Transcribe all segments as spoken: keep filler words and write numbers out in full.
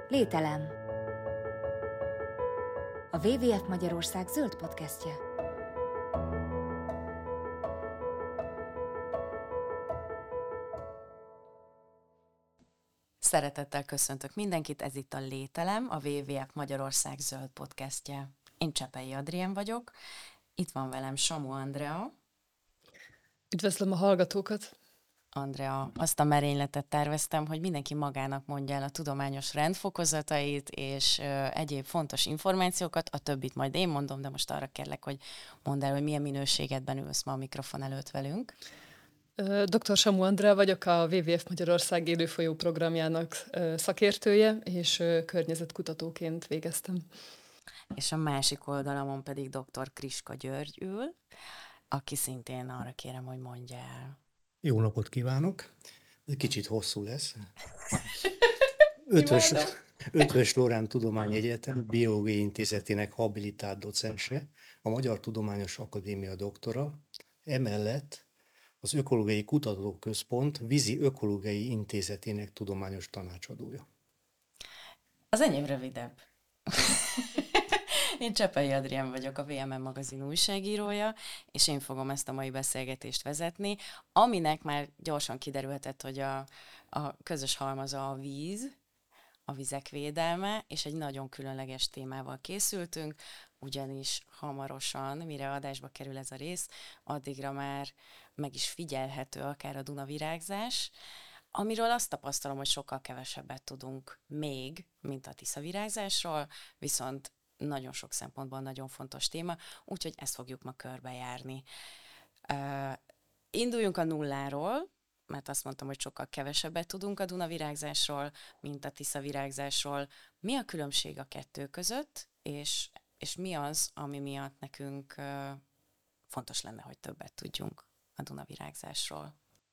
Lételem. A dupla vé vé ef Magyarország zöld podcastje. Szeretettel köszöntök mindenkit, ez itt a Lételem, a dupla vé vé ef Magyarország zöld podcastje. Én Csepei Adrien vagyok, itt van velem Samu Andrea. Üdvözlöm a hallgatókat! Andrea, azt a merényletet terveztem, hogy mindenki magának mondja el a tudományos rendfokozatait és ö, egyéb fontos információkat, a többit majd én mondom, de most arra kérlek, hogy mondd el, hogy milyen minőségedben ülsz ma a mikrofon előtt velünk. doktor Samu Andrea vagyok, a dupla vé vé ef Magyarország élőfolyó programjának szakértője, és környezetkutatóként végeztem. És a másik oldalamon pedig doktor Kriska György ül, aki szintén arra kérem, hogy mondja el. Jó napot kívánok! Kicsit hosszú lesz. Ötvös, Ötvös Loránd Tudományegyetem Biológiai Intézetének habilitált docense, a Magyar Tudományos Akadémia doktora, emellett az Ökológiai Kutatóközpont Vízi Ökológiai Intézetének tudományos tanácsadója. Az enyém rövidebb. Én Csepei Adrien vagyok, a vé em en magazin újságírója, és én fogom ezt a mai beszélgetést vezetni, aminek már gyorsan kiderülhetett, hogy a, a közös halmaza a víz, a vizek védelme, és egy nagyon különleges témával készültünk, ugyanis hamarosan, mire adásba kerül ez a rész, addigra már meg is figyelhető akár a Dunavirágzás, amiről azt tapasztalom, hogy sokkal kevesebbet tudunk még, mint a Tiszavirágzásról, viszont nagyon sok szempontból nagyon fontos téma, úgyhogy ezt fogjuk ma körbejárni. Uh, induljunk a nulláról, mert azt mondtam, hogy sokkal kevesebbet tudunk a Dunavirágzásról, mint a Tiszavirágzásról. Mi a különbség a kettő között, és, és mi az, ami miatt nekünk uh, fontos lenne, hogy többet tudjunk a Dunavirágzásról?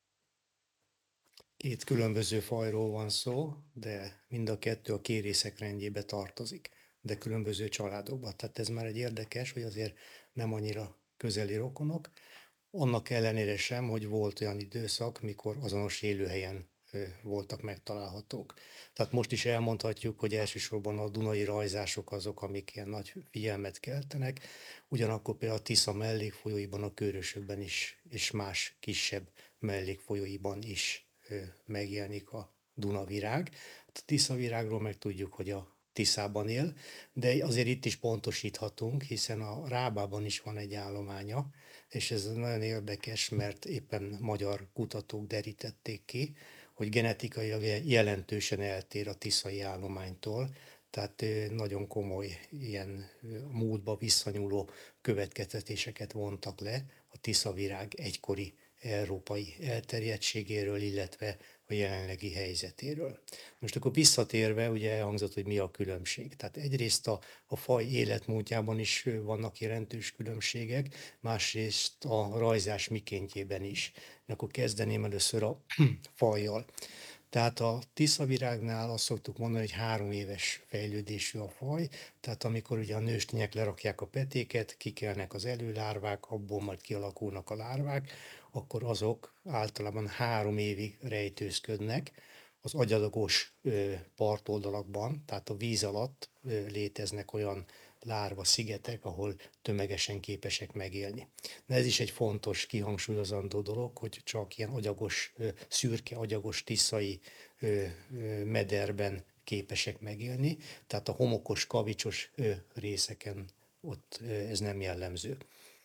Két különböző fajról van szó, de mind a kettő a kérészek rendjébe tartozik, de különböző családokban. Tehát ez már egy érdekes, hogy azért nem annyira közeli rokonok. Annak ellenére sem, hogy volt olyan időszak, mikor azonos élőhelyen voltak megtalálhatók. Tehát most is elmondhatjuk, hogy elsősorban a dunai rajzások azok, amik ilyen nagy figyelmet keltenek, ugyanakkor például a Tisza mellékfolyóiban, a Körösökben is, és más kisebb mellékfolyóiban is megjelenik a Dunavirág. A Tiszavirágról meg tudjuk, hogy a Tiszában él, de azért itt is pontosíthatunk, hiszen a Rábában is van egy állománya, és ez nagyon érdekes, mert éppen magyar kutatók derítették ki, hogy genetikailag jelentősen eltér a tiszai állománytól, tehát nagyon komoly ilyen múltba visszanyúló következtetéseket vontak le a Tiszavirág egykori európai elterjedtségéről, illetve a jelenlegi helyzetéről. Most akkor visszatérve, ugye elhangzott, hogy mi a különbség. Tehát egyrészt a, a faj életmódjában is vannak jelentős különbségek, másrészt a rajzás mikéntjében is. Én akkor kezdeném először a fajjal. Tehát a Tiszavirágnál azt szoktuk mondani, hogy három éves fejlődésű a faj, tehát amikor ugye a nőstények lerakják a petéket, kikelnek az előlárvák, abból majd kialakulnak a lárvák, akkor azok általában három évig rejtőzködnek az agyadagos partoldalakban, tehát a víz alatt léteznek olyan lárva szigetek, ahol tömegesen képesek megélni. De ez is egy fontos, kihangsúlyozandó dolog, hogy csak ilyen agyagos, szürke, agyagos, tiszai mederben képesek megélni, tehát a homokos, kavicsos részeken ott ez nem jellemző.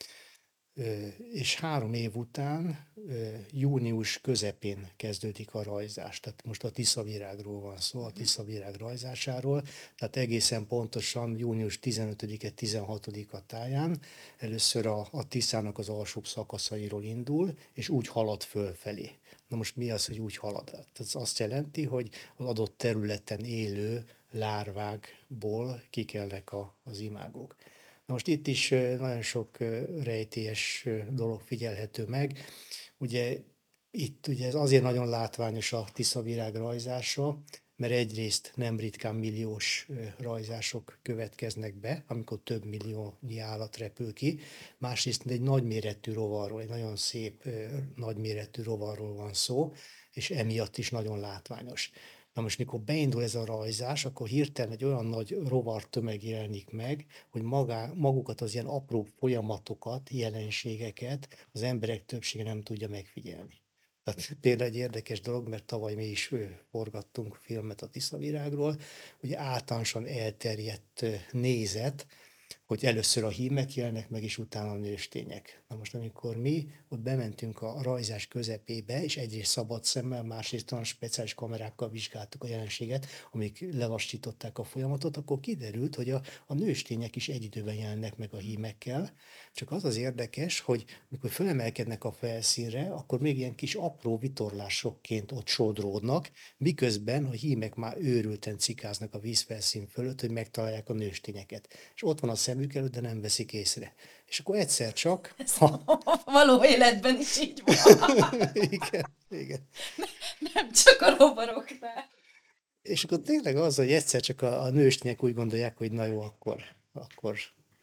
És három év után, június közepén kezdődik a rajzás. Tehát most a Tiszavirágról van szó, a Tiszavirág rajzásáról. Tehát egészen pontosan június tizenötödike tizenhatodika táján először a, a Tiszának az alsóbb szakaszairól indul, és úgy halad fölfelé. Na most mi az, hogy úgy halad? Ez azt jelenti, hogy az adott területen élő lárvákból kikelnek a, az imágok. Most itt is nagyon sok rejtélyes dolog figyelhető meg. Ugye itt ugye ez azért nagyon látványos a Tiszavirág rajzása, mert egyrészt nem ritkán milliós rajzások következnek be, amikor több milliónyi állat repül ki, másrészt egy nagyméretű rovarról, egy nagyon szép nagyméretű rovarról van szó, és emiatt is nagyon látványos. Na most, mikor beindul ez a rajzás, akkor hirtelen egy olyan nagy rovartömeg jelenik meg, hogy magá, magukat az ilyen apró folyamatokat, jelenségeket az emberek többsége nem tudja megfigyelni. Tehát például egy érdekes dolog, mert tavaly mi is forgattunk filmet a Tiszavirágról, hogy általánosan elterjedt nézet, hogy először a hímek jelennek meg, és utána a nőstények. Na most, amikor mi ott bementünk a rajzás közepébe, és egyrészt szabad szemmel, másrészt olyan speciális kamerákkal vizsgáltuk a jelenséget, amik lelassították a folyamatot, akkor kiderült, hogy a, a nőstények is egy időben jelennek meg a hímekkel. Csak az az érdekes, hogy amikor fölemelkednek a felszínre, akkor még ilyen kis apró vitorlásokként ott sodródnak, miközben a hímek már őrülten cikáznak a vízfelszín fölött, hogy megtalálják a nőstényeket. És ott van a szemük előtt, de nem veszik észre. És akkor egyszer csak... Ha... Való életben is így van. igen, igen. Nem csak a rovaroknál. És akkor tényleg az, hogy egyszer csak a, a nőstények úgy gondolják, hogy na jó, akkor, akkor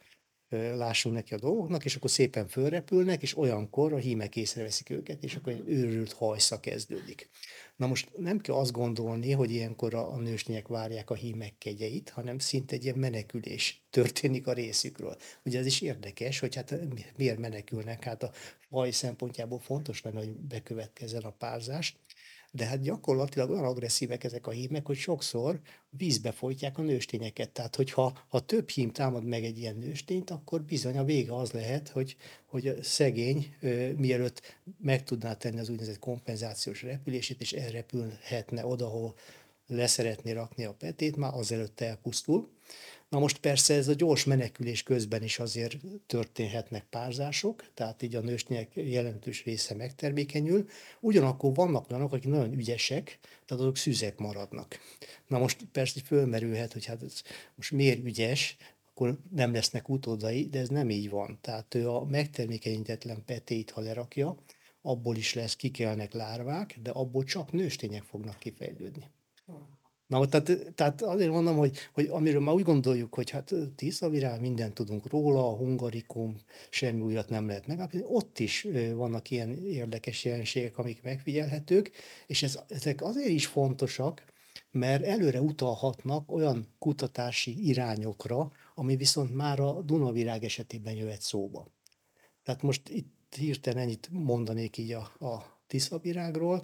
lássunk neki a dolgoknak, és akkor szépen fölrepülnek, és olyankor a hímek észreveszik őket, és akkor egy őrült hajsza kezdődik. Na most nem kell azt gondolni, hogy ilyenkor a, a nőstények várják a hímek kegyeit, hanem szinte egy ilyen menekülés történik a részükről. Ugye ez is érdekes, hogy hát miért menekülnek, hát a faj szempontjából fontos lenne, hogy bekövetkezzen a párzás, de hát gyakorlatilag olyan agresszívek ezek a hímek, hogy sokszor vízbe folytják a nőstényeket. Tehát, hogyha ha több hím támad meg egy ilyen nőstényt, akkor bizony a vége az lehet, hogy, hogy a szegény ö, mielőtt meg tudná tenni az úgynevezett kompenzációs repülését, és elrepülhetne oda, ahol leszeretné rakni a petét, már azelőtt elpusztul. Na most persze ez a gyors menekülés közben is azért történhetnek párzások, tehát így a nőstények jelentős része megtermékenyül. Ugyanakkor vannak olyanok, akik nagyon ügyesek, tehát azok szüzek maradnak. Na most persze fölmerülhet, hogy hát ez most miért ügyes, akkor nem lesznek utódai, de ez nem így van. Tehát ő a megtermékenyítetlen petéit, ha lerakja, abból is lesz, kikelnek lárvák, de abból csak nőstények fognak kifejlődni. Na, tehát, tehát azért mondom, hogy, hogy amiről már úgy gondoljuk, hogy hát Tiszavirág, mindent tudunk róla, a Hungarikum, semmi újat nem lehet megállapítani, ott is vannak ilyen érdekes jelenségek, amik megfigyelhetők, és ez, ezek azért is fontosak, mert előre utalhatnak olyan kutatási irányokra, ami viszont már a Dunavirág esetében jöhet szóba. Tehát most itt hirtelen ennyit mondanék így a, a Tiszavirágról.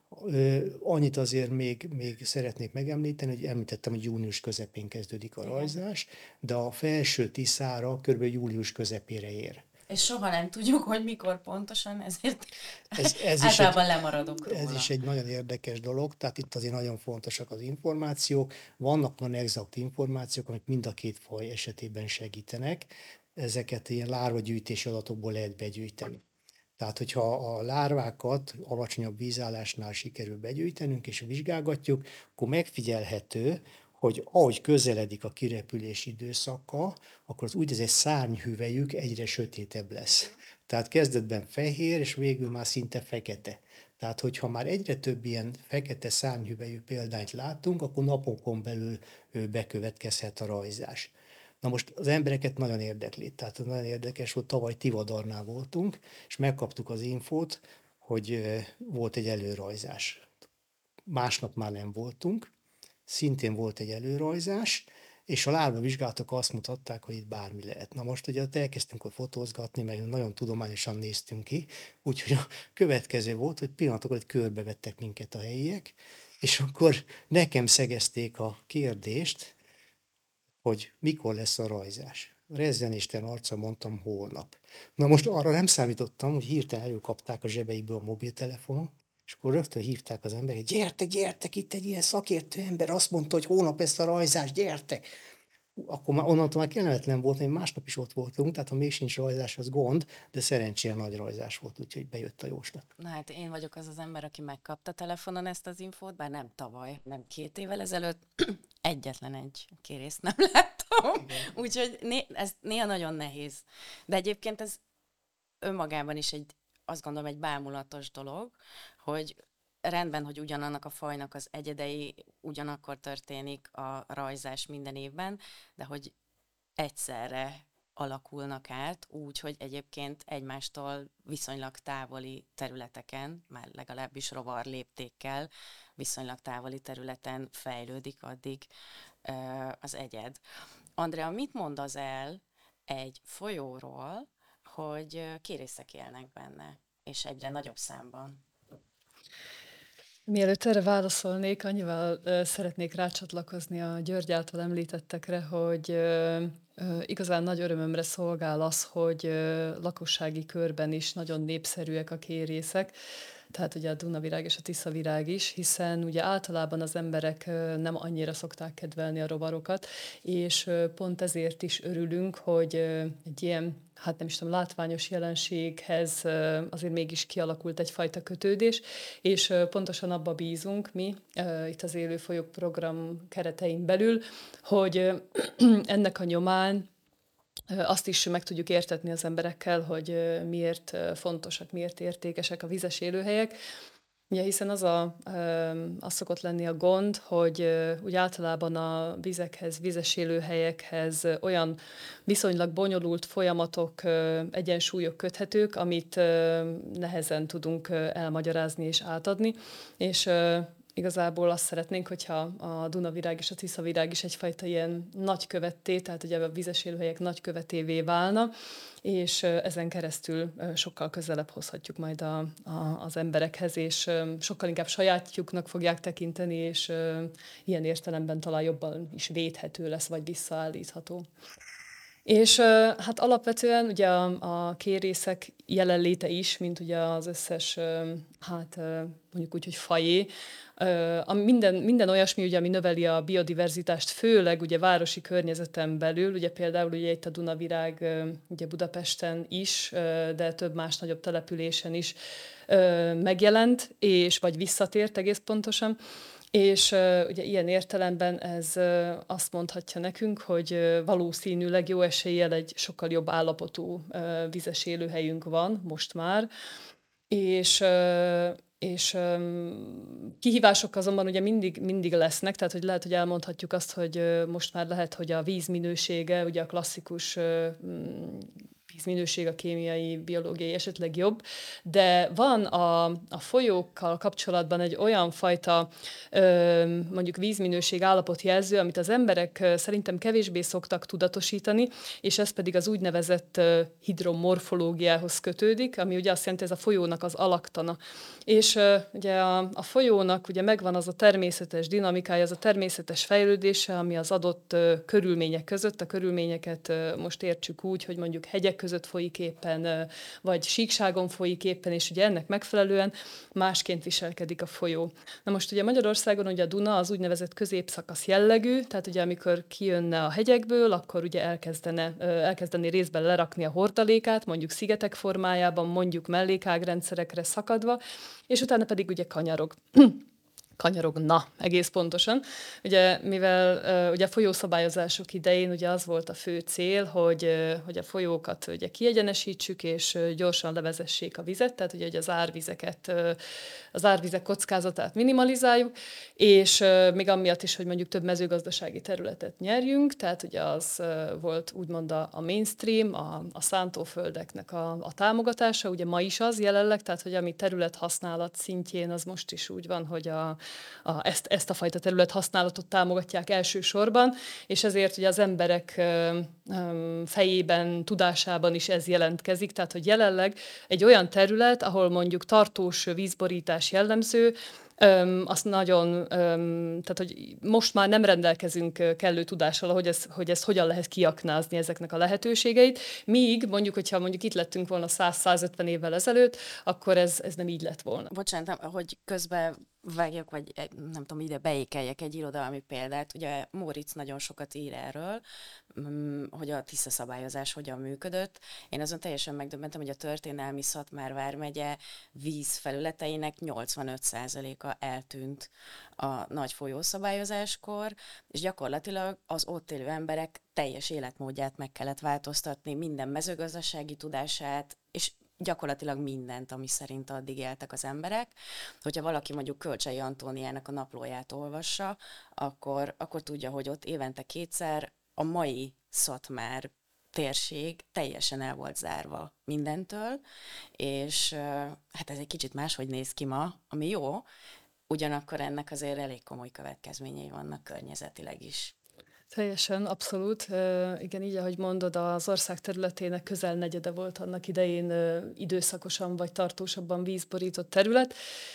Annyit azért még, még szeretnék megemlíteni, hogy említettem, hogy június közepén kezdődik a rajzás, de a felső Tiszára kb. Július közepére ér. És soha nem tudjuk, hogy mikor pontosan, ezért ez, ez általában egy, lemaradunk róla. Ez is egy nagyon érdekes dolog, tehát itt azért nagyon fontosak az információk. Vannak olyan exakt információk, amik mind a két faj esetében segítenek. Ezeket ilyen lárvagyűjtési adatokból lehet begyűjteni. Tehát, hogyha a lárvákat alacsonyabb vízállásnál sikerül begyűjtenünk és vizsgálgatjuk, akkor megfigyelhető, hogy ahogy közeledik a kirepülés időszaka, akkor az úgynevezett szárnyhüvelyük egyre sötétebb lesz. Tehát kezdetben fehér, és végül már szinte fekete. Tehát, hogyha már egyre több ilyen fekete szárnyhüvelyű példányt látunk, akkor napokon belül bekövetkezhet a rajzás. Na most az embereket nagyon érdekli, tehát nagyon érdekes volt, tavaly Tivadarnál voltunk, és megkaptuk az infót, hogy volt egy előrajzás. Másnap már nem voltunk, szintén volt egy előrajzás, és a lárva vizsgálatok azt mutatták, hogy itt bármi lehet. Na most ugye elkezdtünk ott fotózgatni, meg nagyon tudományosan néztünk ki, úgyhogy a következő volt, hogy pillanatokat körbevettek minket a helyiek, és akkor nekem szegezték a kérdést, hogy mikor lesz a rajzás. Rezzenisten arca mondtam, holnap. Na most arra nem számítottam, hogy hirtelen előkapták a zsebeikből a mobiltelefonon, és akkor rögtön hívták az emberek, hogy gyertek, gyertek, itt egy ilyen szakértő ember azt mondta, hogy holnap lesz a rajzás, gyertek. Akkor már onnantól már kellemetlen volt, hogy másnap is ott voltunk, tehát ha még sincs rajzás, az gond, de szerencsére nagy rajzás volt, úgyhogy bejött a jóslat. Na hát én vagyok az az ember, aki megkapta telefonon ezt az infót, bár nem tavaly, nem két évvel ezelőtt, egyetlen egy kérészt nem láttam, úgyhogy né- ez néha nagyon nehéz. De egyébként ez önmagában is egy, azt gondolom, egy bámulatos dolog, hogy rendben, hogy ugyanannak a fajnak az egyedei, ugyanakkor történik a rajzás minden évben, de hogy egyszerre alakulnak át, úgy, hogy egyébként egymástól viszonylag távoli területeken, már legalábbis rovar léptékkel, viszonylag távoli területen fejlődik addig az egyed. Andrea, mit mondasz el egy folyóról, hogy kérészek élnek benne, és egyre nagyobb számban? Mielőtt erre válaszolnék, annyival uh, szeretnék rácsatlakozni a György által említettekre, hogy uh, uh, igazán nagy örömömre szolgál az, hogy uh, lakossági körben is nagyon népszerűek a kérészek, tehát ugye a Dunavirág és a Tiszavirág is, hiszen ugye általában az emberek uh, nem annyira szokták kedvelni a rovarokat, és uh, pont ezért is örülünk, hogy uh, egy ilyen, hát nem is tudom, látványos jelenséghez uh, azért mégis kialakult egyfajta kötődés, és uh, pontosan abba bízunk mi, uh, itt az Élő Folyók program keretein belül, hogy uh, ennek a nyomán azt is meg tudjuk értetni az emberekkel, hogy miért fontosak, miért értékesek a vizes élőhelyek. Ugye, hiszen az, a, az szokott lenni a gond, hogy úgy általában a vizekhez, vizes élőhelyekhez olyan viszonylag bonyolult folyamatok, egyensúlyok köthetők, amit nehezen tudunk elmagyarázni és átadni, és igazából azt szeretnénk, hogyha a Dunavirág és a Tiszavirág is egyfajta ilyen nagykövetté, tehát ugye a vizes élőhelyek nagykövetévé válna, és ezen keresztül sokkal közelebb hozhatjuk majd a, a, az emberekhez, és sokkal inkább sajátjuknak fogják tekinteni, és ilyen értelemben talán jobban is védhető lesz, vagy visszaállítható. És hát alapvetően ugye a, a kérészek jelenléte is, mint ugye az összes, hát mondjuk úgy, hogy fajé, a minden, minden olyasmi, ugye, ami növeli a biodiverzitást, főleg ugye városi környezeten belül, ugye például ugye itt a Dunavirág ugye Budapesten is, de több más nagyobb településen is megjelent, és vagy visszatért egész pontosan. És uh, ugye ilyen értelemben ez uh, azt mondhatja nekünk, hogy uh, valószínűleg jó eséllyel egy sokkal jobb állapotú uh, vizes élőhelyünk van most már, és, uh, és um, kihívások azonban ugye mindig, mindig lesznek, tehát hogy lehet, hogy elmondhatjuk azt, hogy uh, most már lehet, hogy a víz minősége, ugye a klasszikus uh, vízminőség, a kémiai, biológiai esetleg jobb, de van a, a folyókkal kapcsolatban egy olyan fajta ö, mondjuk vízminőség állapotjelző, amit az emberek ö, szerintem kevésbé szoktak tudatosítani, és ez pedig az úgynevezett ö, hidromorfológiához kötődik, ami ugye azt jelenti, ez a folyónak az alaktana. És ö, ugye a, a folyónak ugye megvan az a természetes dinamikája, az a természetes fejlődése, ami az adott ö, körülmények között, a körülményeket ö, most értsük úgy, hogy mondjuk hegyek között folyik éppen, vagy síkságon folyik éppen, és ugye ennek megfelelően másként viselkedik a folyó. Na most ugye Magyarországon ugye a Duna az úgynevezett középszakasz jellegű, tehát ugye amikor kijönne a hegyekből, akkor ugye elkezdene, elkezdeni részben lerakni a hordalékát, mondjuk szigetek formájában, mondjuk mellékágrendszerekre szakadva, és utána pedig ugye kanyarog. kanyarogna egész pontosan. Ugye, mivel uh, ugye a folyószabályozások idején ugye az volt a fő cél, hogy, uh, hogy a folyókat ugye kiegyenesítsük, és uh, gyorsan levezessék a vizet, tehát ugye, hogy az árvizeket, uh, az árvizek kockázatát minimalizáljuk, és uh, még amiatt is, hogy mondjuk több mezőgazdasági területet nyerjünk, tehát ugye az uh, volt úgymond a, a mainstream, a, a szántóföldeknek a, a támogatása, ugye ma is az jelenleg, tehát hogy ami területhasználat szintjén, az most is úgy van, hogy a A, ezt, ezt a fajta területhasználatot támogatják elsősorban, és ezért ugye az emberek ö, ö, fejében, tudásában is ez jelentkezik, tehát hogy jelenleg egy olyan terület, ahol mondjuk tartós vízborítás jellemző, Öm, azt nagyon, öm, tehát hogy most már nem rendelkezünk kellő tudással, hogy, ez, hogy ezt hogyan lehet kiaknázni ezeknek a lehetőségeit, míg mondjuk, hogyha mondjuk itt lettünk volna száz-százötven évvel ezelőtt, akkor ez, ez nem így lett volna. Bocsánat, hogy közben vágjak, vagy nem tudom, ide beékeljek egy irodalmi példát. Ugye Móricz nagyon sokat ír erről, hogy a Tisza szabályozás hogyan működött. Én azon teljesen megdöbbentem, hogy a történelmi Szatmár vármegye vízfelületeinek nyolcvanöt százaléka eltűnt a nagy folyószabályozáskor, és gyakorlatilag az ott élő emberek teljes életmódját meg kellett változtatni, minden mezőgazdasági tudását, és gyakorlatilag mindent, ami szerint addig éltek az emberek. Hogyha valaki mondjuk Kölcsey Antóniának a naplóját olvassa, akkor, akkor tudja, hogy ott évente kétszer a mai Szatmár térség teljesen el volt zárva mindentől, és hát ez egy kicsit máshogy néz ki ma, ami jó, ugyanakkor ennek azért elég komoly következményei vannak környezetileg is. Teljesen, abszolút. Uh, igen, így, ahogy mondod, az ország területének közel negyede volt annak idején uh, időszakosan vagy tartósabban vízborított terület,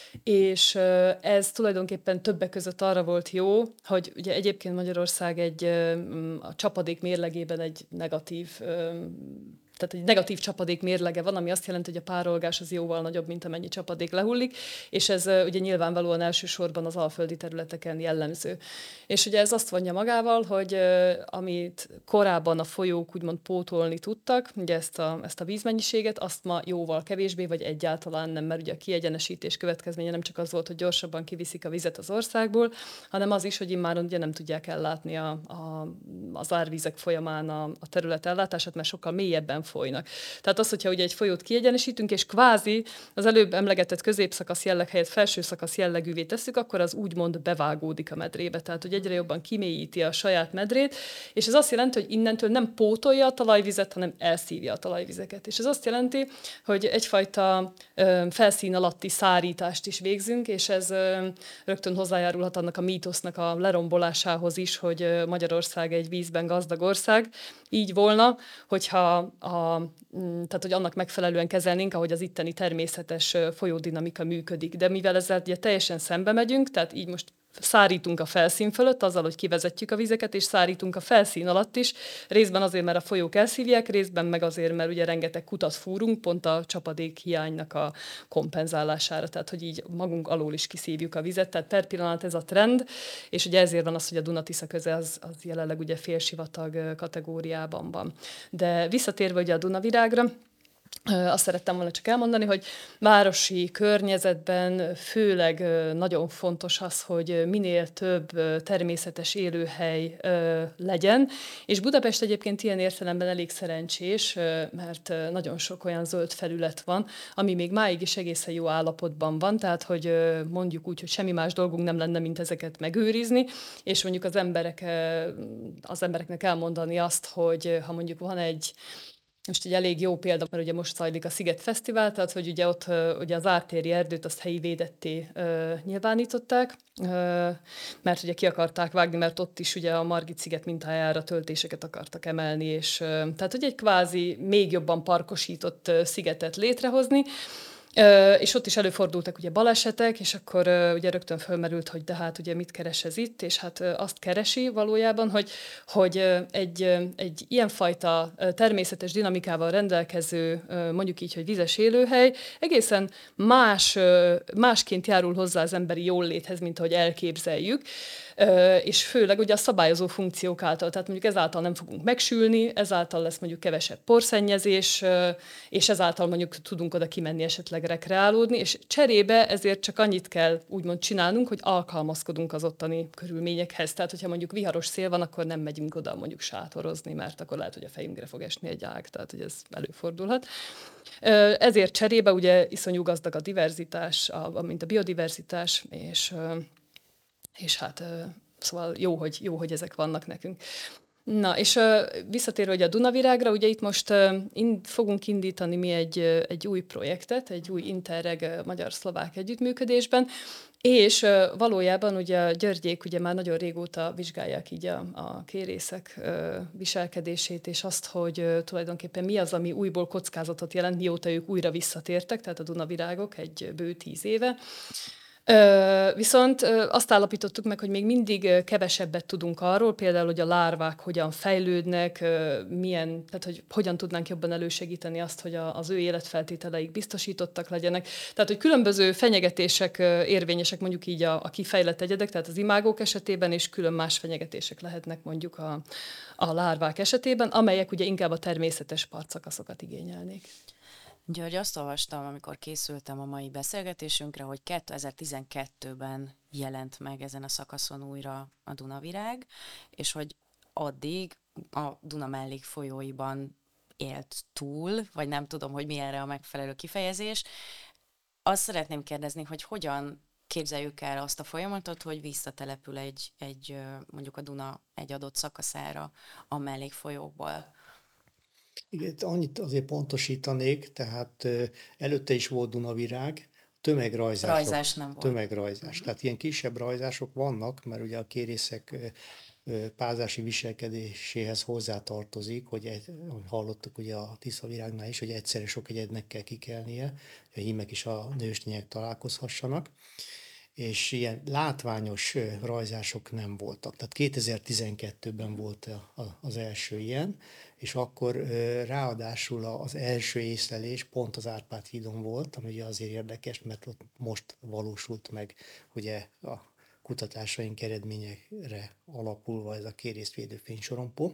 és uh, ez tulajdonképpen többek között arra volt jó, hogy ugye egyébként Magyarország egy uh, a csapadék mérlegében egy negatív uh, tehát egy negatív csapadék mérlege van, ami azt jelenti, hogy a párolgás az jóval nagyobb, mint amennyi csapadék lehullik, és ez uh, ugye nyilvánvalóan elsősorban az alföldi területeken jellemző. És ugye ez azt vonja magával, hogy uh, amit korábban a folyók úgymond pótolni tudtak, ugye ezt a, ezt a vízmennyiséget, azt ma jóval kevésbé, vagy egyáltalán nem, mert ugye a kiegyenesítés következménye nem csak az volt, hogy gyorsabban kiviszik a vizet az országból, hanem az is, hogy immáron ugye nem tudják ellátni a, a, az árvízek folyamán a, a terület ellátását, mert sokkal mélyebben folynak. Tehát az, hogyha ugye egy folyót kiegyenesítünk, és kvázi az előbb emlegetett középszakasz jelleg helyett felső szakasz jellegűvé tesszük, akkor az úgymond bevágódik a medrébe. Tehát, hogy egyre jobban kimélyíti a saját medrét, és ez azt jelenti, hogy innentől nem pótolja a talajvizet, hanem elszívja a talajvizeket. És ez azt jelenti, hogy egyfajta ö, felszín alatti szárítást is végzünk, és ez ö, rögtön hozzájárulhat annak a mítosznak a lerombolásához is, hogy ö, Magyarország egy vízben gazdag ország. Így volna, hogyha a, tehát, hogy annak megfelelően kezelnénk, ahogy az itteni természetes folyódinamika működik. De mivel ezzel ugye teljesen szembe megyünk, tehát így most szárítunk a felszín fölött, azzal, hogy kivezetjük a vizeket, és szárítunk a felszín alatt is, részben azért, mert a folyók elszívják, részben meg azért, mert ugye rengeteg kutat fúrunk, pont a csapadék hiánynak a kompenzálására, tehát hogy így magunk alól is kiszívjuk a vizet, tehát per pillanat ez a trend, és ugye ezért van az, hogy a Duna-Tisza köze az, az jelenleg ugye félsivatag kategóriában van. De visszatérve ugye a Dunavirágra, azt szerettem volna csak elmondani, hogy városi környezetben főleg nagyon fontos az, hogy minél több természetes élőhely legyen, és Budapest egyébként ilyen értelemben elég szerencsés, mert nagyon sok olyan zöld felület van, ami még máig is egészen jó állapotban van, tehát hogy mondjuk úgy, hogy semmi más dolgunk nem lenne, mint ezeket megőrizni, és mondjuk az emberek, az embereknek elmondani azt, hogy ha mondjuk van egy most egy elég jó példa, mert ugye most zajlik a Sziget Fesztivál, tehát hogy ugye ott ugye az ártéri erdőt azt helyi védetté ö, nyilvánították, ö, mert ugye ki akarták vágni, mert ott is ugye a Margit-sziget mintájára töltéseket akartak emelni, és ö, tehát hogy egy kvázi még jobban parkosított ö, szigetet létrehozni. Uh, és ott is előfordultak ugye balesetek, és akkor uh, ugye rögtön fölmerült, hogy de hát ugye mit keres ez itt, és hát uh, azt keresi valójában, hogy, hogy uh, egy, uh, egy ilyenfajta uh, természetes dinamikával rendelkező, uh, mondjuk így, hogy vizes élőhely, egészen más, uh, másként járul hozzá az emberi jóléthez, mint ahogy elképzeljük. Uh, és főleg ugye a szabályozó funkciók által, tehát mondjuk ezáltal nem fogunk megsülni, ezáltal lesz mondjuk kevesebb porszennyezés, uh, és ezáltal mondjuk tudunk oda kimenni esetleg rekreálódni, és cserébe ezért csak annyit kell úgymond csinálnunk, hogy alkalmazkodunk az ottani körülményekhez. Tehát, hogyha mondjuk viharos szél van, akkor nem megyünk oda mondjuk sátorozni, mert akkor lehet, hogy a fejünkre fog esni egy ág, tehát hogy ez előfordulhat. Uh, ezért cserébe ugye iszonyú gazdag a diverzitás, a, mint a biodiverzitás, és uh, és hát szóval jó, hogy, jó, hogy ezek vannak nekünk. Na, és visszatérve ugye a Dunavirágra, ugye itt most ind, fogunk indítani mi egy, egy új projektet, egy új Interreg magyar-szlovák együttműködésben, és valójában ugye a Györgyék ugye már nagyon régóta vizsgálják így a, a kérészek viselkedését, és azt, hogy tulajdonképpen mi az, ami újból kockázatot jelent, mióta ők újra visszatértek, tehát a Dunavirágok egy bő tíz éve. Ö, viszont ö, azt állapítottuk meg, hogy még mindig kevesebbet tudunk arról, például, hogy a lárvák hogyan fejlődnek, ö, milyen, tehát hogy hogyan tudnánk jobban elősegíteni azt, hogy a, az ő életfeltételeik biztosítottak legyenek. Tehát, hogy különböző fenyegetések ö, érvényesek mondjuk így a, a kifejlett egyedek, tehát az imágók esetében, és külön más fenyegetések lehetnek mondjuk a, a lárvák esetében, amelyek ugye inkább a természetes partszakaszokat igényelnék. György, azt olvastam, amikor készültem a mai beszélgetésünkre, hogy kétezer-tizenkettőben jelent meg ezen a szakaszon újra a Dunavirág, és hogy addig a Duna mellékfolyóiban élt túl, vagy nem tudom, hogy mi erre a megfelelő kifejezés. Azt szeretném kérdezni, hogy hogyan képzeljük el azt a folyamatot, hogy visszatelepül egy, egy mondjuk a Duna egy adott szakaszára a mellékfolyókból. Igen, annyit azért pontosítanék, tehát ö, előtte is volt Dunavirág, tömegrajzások, Rajzás nem volt. tömegrajzás. Uh-huh. Tehát ilyen kisebb rajzások vannak, mert ugye a kérészek ö, ö, pázási viselkedéséhez hozzátartozik, hogy egy, ahogy hallottuk ugye a Tiszavirágnál is, hogy egyszerre sok egyednek kell kikelnie, hogy a hímek és a nőstények találkozhassanak, és ilyen látványos ö, rajzások nem voltak. Tehát kétezer-tizenkettőben volt a- a- az első ilyen, és akkor ö, ráadásul a- az első észlelés pont az Árpád hídon volt, ami ugye azért érdekes, mert ott most valósult meg ugye a kutatásaink eredményekre alapulva ez a kérészvédő fénysorompó.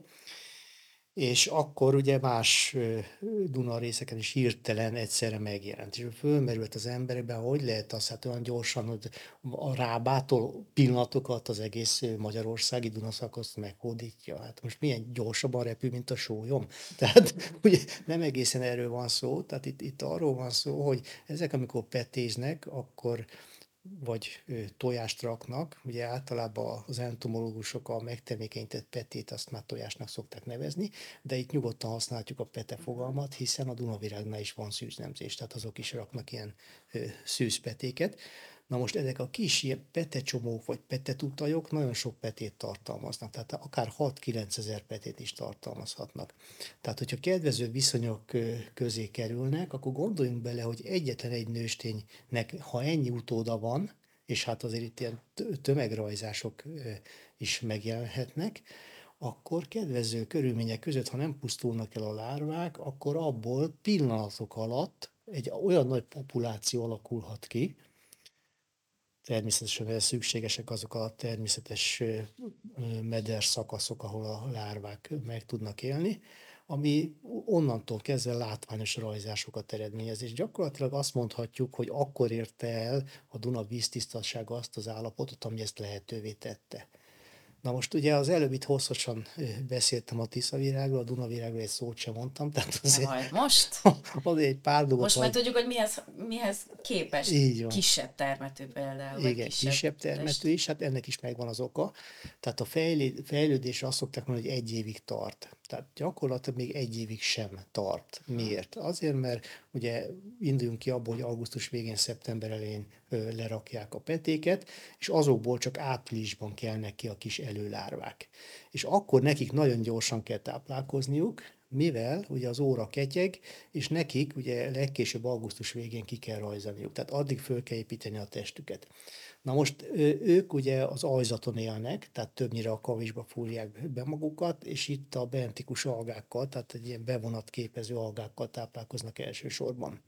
És akkor ugye más ö, Duna részeken is hirtelen egyszerre megjelent. És fölmerült az emberekben, hogy lehet az, hát olyan gyorsan, hogy a Rábától pillanatokat az egész ö, magyarországi Duna szakaszt meghódítja. Hát most milyen gyorsabban repül, mint a sólyom. Tehát ugye nem egészen erről van szó, tehát itt, itt arról van szó, hogy ezek, amikor petéznek, akkor vagy ö, tojást raknak, ugye általában az entomológusok a megtermékenyített petét azt már tojásnak szokták nevezni, de itt nyugodtan használjuk a pete fogalmat, hiszen a Dunavirágnál is van szűznemzés, tehát azok is raknak ilyen ö, szűzpetéket. Na most ezek a kis ilyen petecsomók vagy petetutajok nagyon sok petét tartalmaznak, tehát akár hat-kilenc ezer petét is tartalmazhatnak. Tehát, hogyha kedvező viszonyok ö, közé kerülnek, akkor gondoljunk bele, hogy egyetlen egy nősténynek, ha ennyi utóda van, és hát azért itt ilyen tö- tömegrajzások ö, is megjelenhetnek, akkor kedvező körülmények között, ha nem pusztulnak el a lárvák, akkor abból pillanatok alatt egy olyan nagy populáció alakulhat ki, természetesen ehhez szükségesek azok a természetes ö, ö, meder szakaszok, ahol a lárvák meg tudnak élni, ami onnantól kezdve látványos rajzásokat eredményez. És gyakorlatilag azt mondhatjuk, hogy akkor érte el a Duna víztisztasága azt az állapotot, ami ezt lehetővé tette. Na most ugye az előbb itt hosszasan ö, beszéltem a Tiszavirágról, a Dunavirágról egy szót sem mondtam, tehát Nem azért, baj. Most? azért egy pár dolgot Most már majd tudjuk, hogy mihez, mihez képest így van. kisebb termető például, vagy Igen, kisebb, kisebb termető is, hát ennek is megvan az oka. Tehát a fejlé- fejlődés azt szokták mondani, hogy egy évig tart. Tehát gyakorlatilag még egy évig sem tart. Miért? Azért, mert ugye induljunk ki abból, hogy augusztus végén, szeptember elején ö, lerakják a petéket, és azokból csak áprilisban kelnek ki a kis előlárvák. És akkor nekik nagyon gyorsan kell táplálkozniuk, mivel ugye az óra ketyeg, és nekik ugye legkésőbb augusztus végén ki kell rajzaniuk. Tehát addig föl kell építeni a testüket. Na most ők ugye az aljzaton élnek, tehát többnyire a kavisba fúrják be magukat, és itt a bentikus algákkal, tehát egy ilyen bevonatképező algákkal táplálkoznak elsősorban.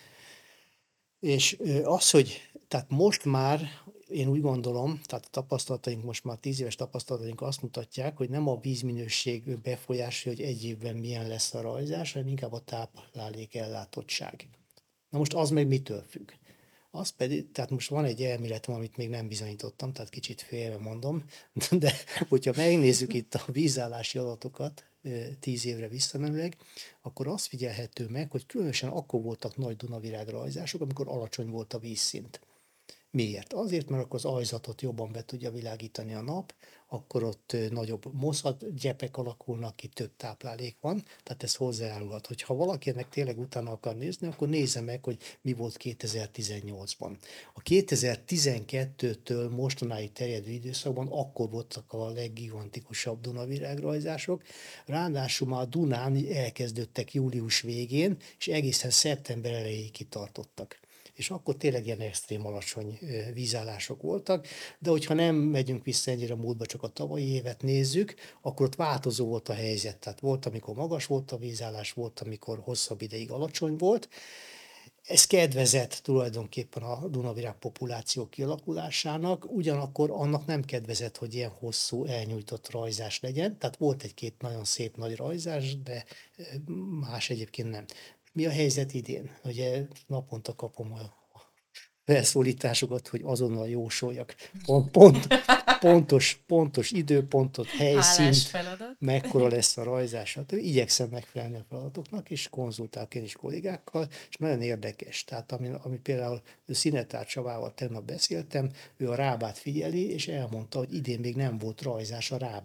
És az, hogy tehát most már én úgy gondolom, tehát a tapasztalataink, most már tíz éves tapasztalataink azt mutatják, hogy nem a vízminőség befolyásolja, hogy egy évben milyen lesz a rajzás, hanem inkább a táplálék ellátottság. Na most az meg mitől függ? Az pedig, tehát most van egy elméletem, amit még nem bizonyítottam, tehát kicsit félve mondom, de hogyha megnézzük itt a vízállási adatokat tíz évre visszamenőleg, akkor azt figyelhető meg, hogy különösen akkor voltak nagy Dunavirág rajzások, amikor alacsony volt a vízszint. Miért? Azért, mert akkor az aljzatot jobban be tudja világítani a nap, akkor ott nagyobb moszat, gyepek alakulnak ki, több táplálék van, tehát ez hozzájárulhat. Hogyha valakinek tényleg utána akar nézni, akkor nézze meg, hogy mi volt kétezer-tizennyolcban. A kétezer-tizenkettőtől mostanáig terjedő időszakban akkor voltak a leggigantikusabb Dunavirágrajzások, ráadásul már a Dunán elkezdődtek július végén, és egészen szeptember elejéig kitartottak. És akkor tényleg ilyen extrém alacsony vízállások voltak, de hogyha nem megyünk vissza ennyire a múltba, csak a tavalyi évet nézzük, akkor ott változó volt a helyzet. Tehát volt, amikor magas volt a vízállás, volt, amikor hosszabb ideig alacsony volt. Ez kedvezett tulajdonképpen a Dunavirág populáció kialakulásának, ugyanakkor annak nem kedvezett, hogy ilyen hosszú, elnyújtott rajzás legyen. Tehát volt egy-két nagyon szép nagy rajzás, de más egyébként nem. Mi a helyzet idén? Ugye naponta kapom a felszólításokat, hogy azonnal jósoljak. Pont, pont, pontos, pontos időpontot, Hálás helyszínt, feladat. mekkora lesz a rajzás. Hát igyekszem megfelelni a feladatoknak, és konzultálok én is kollégákkal, és nagyon érdekes. Tehát ami, ami például Szinetár Csabával tegnap beszéltem, ő a Rábát figyeli, és elmondta, hogy idén még nem volt rajzás a Rábán.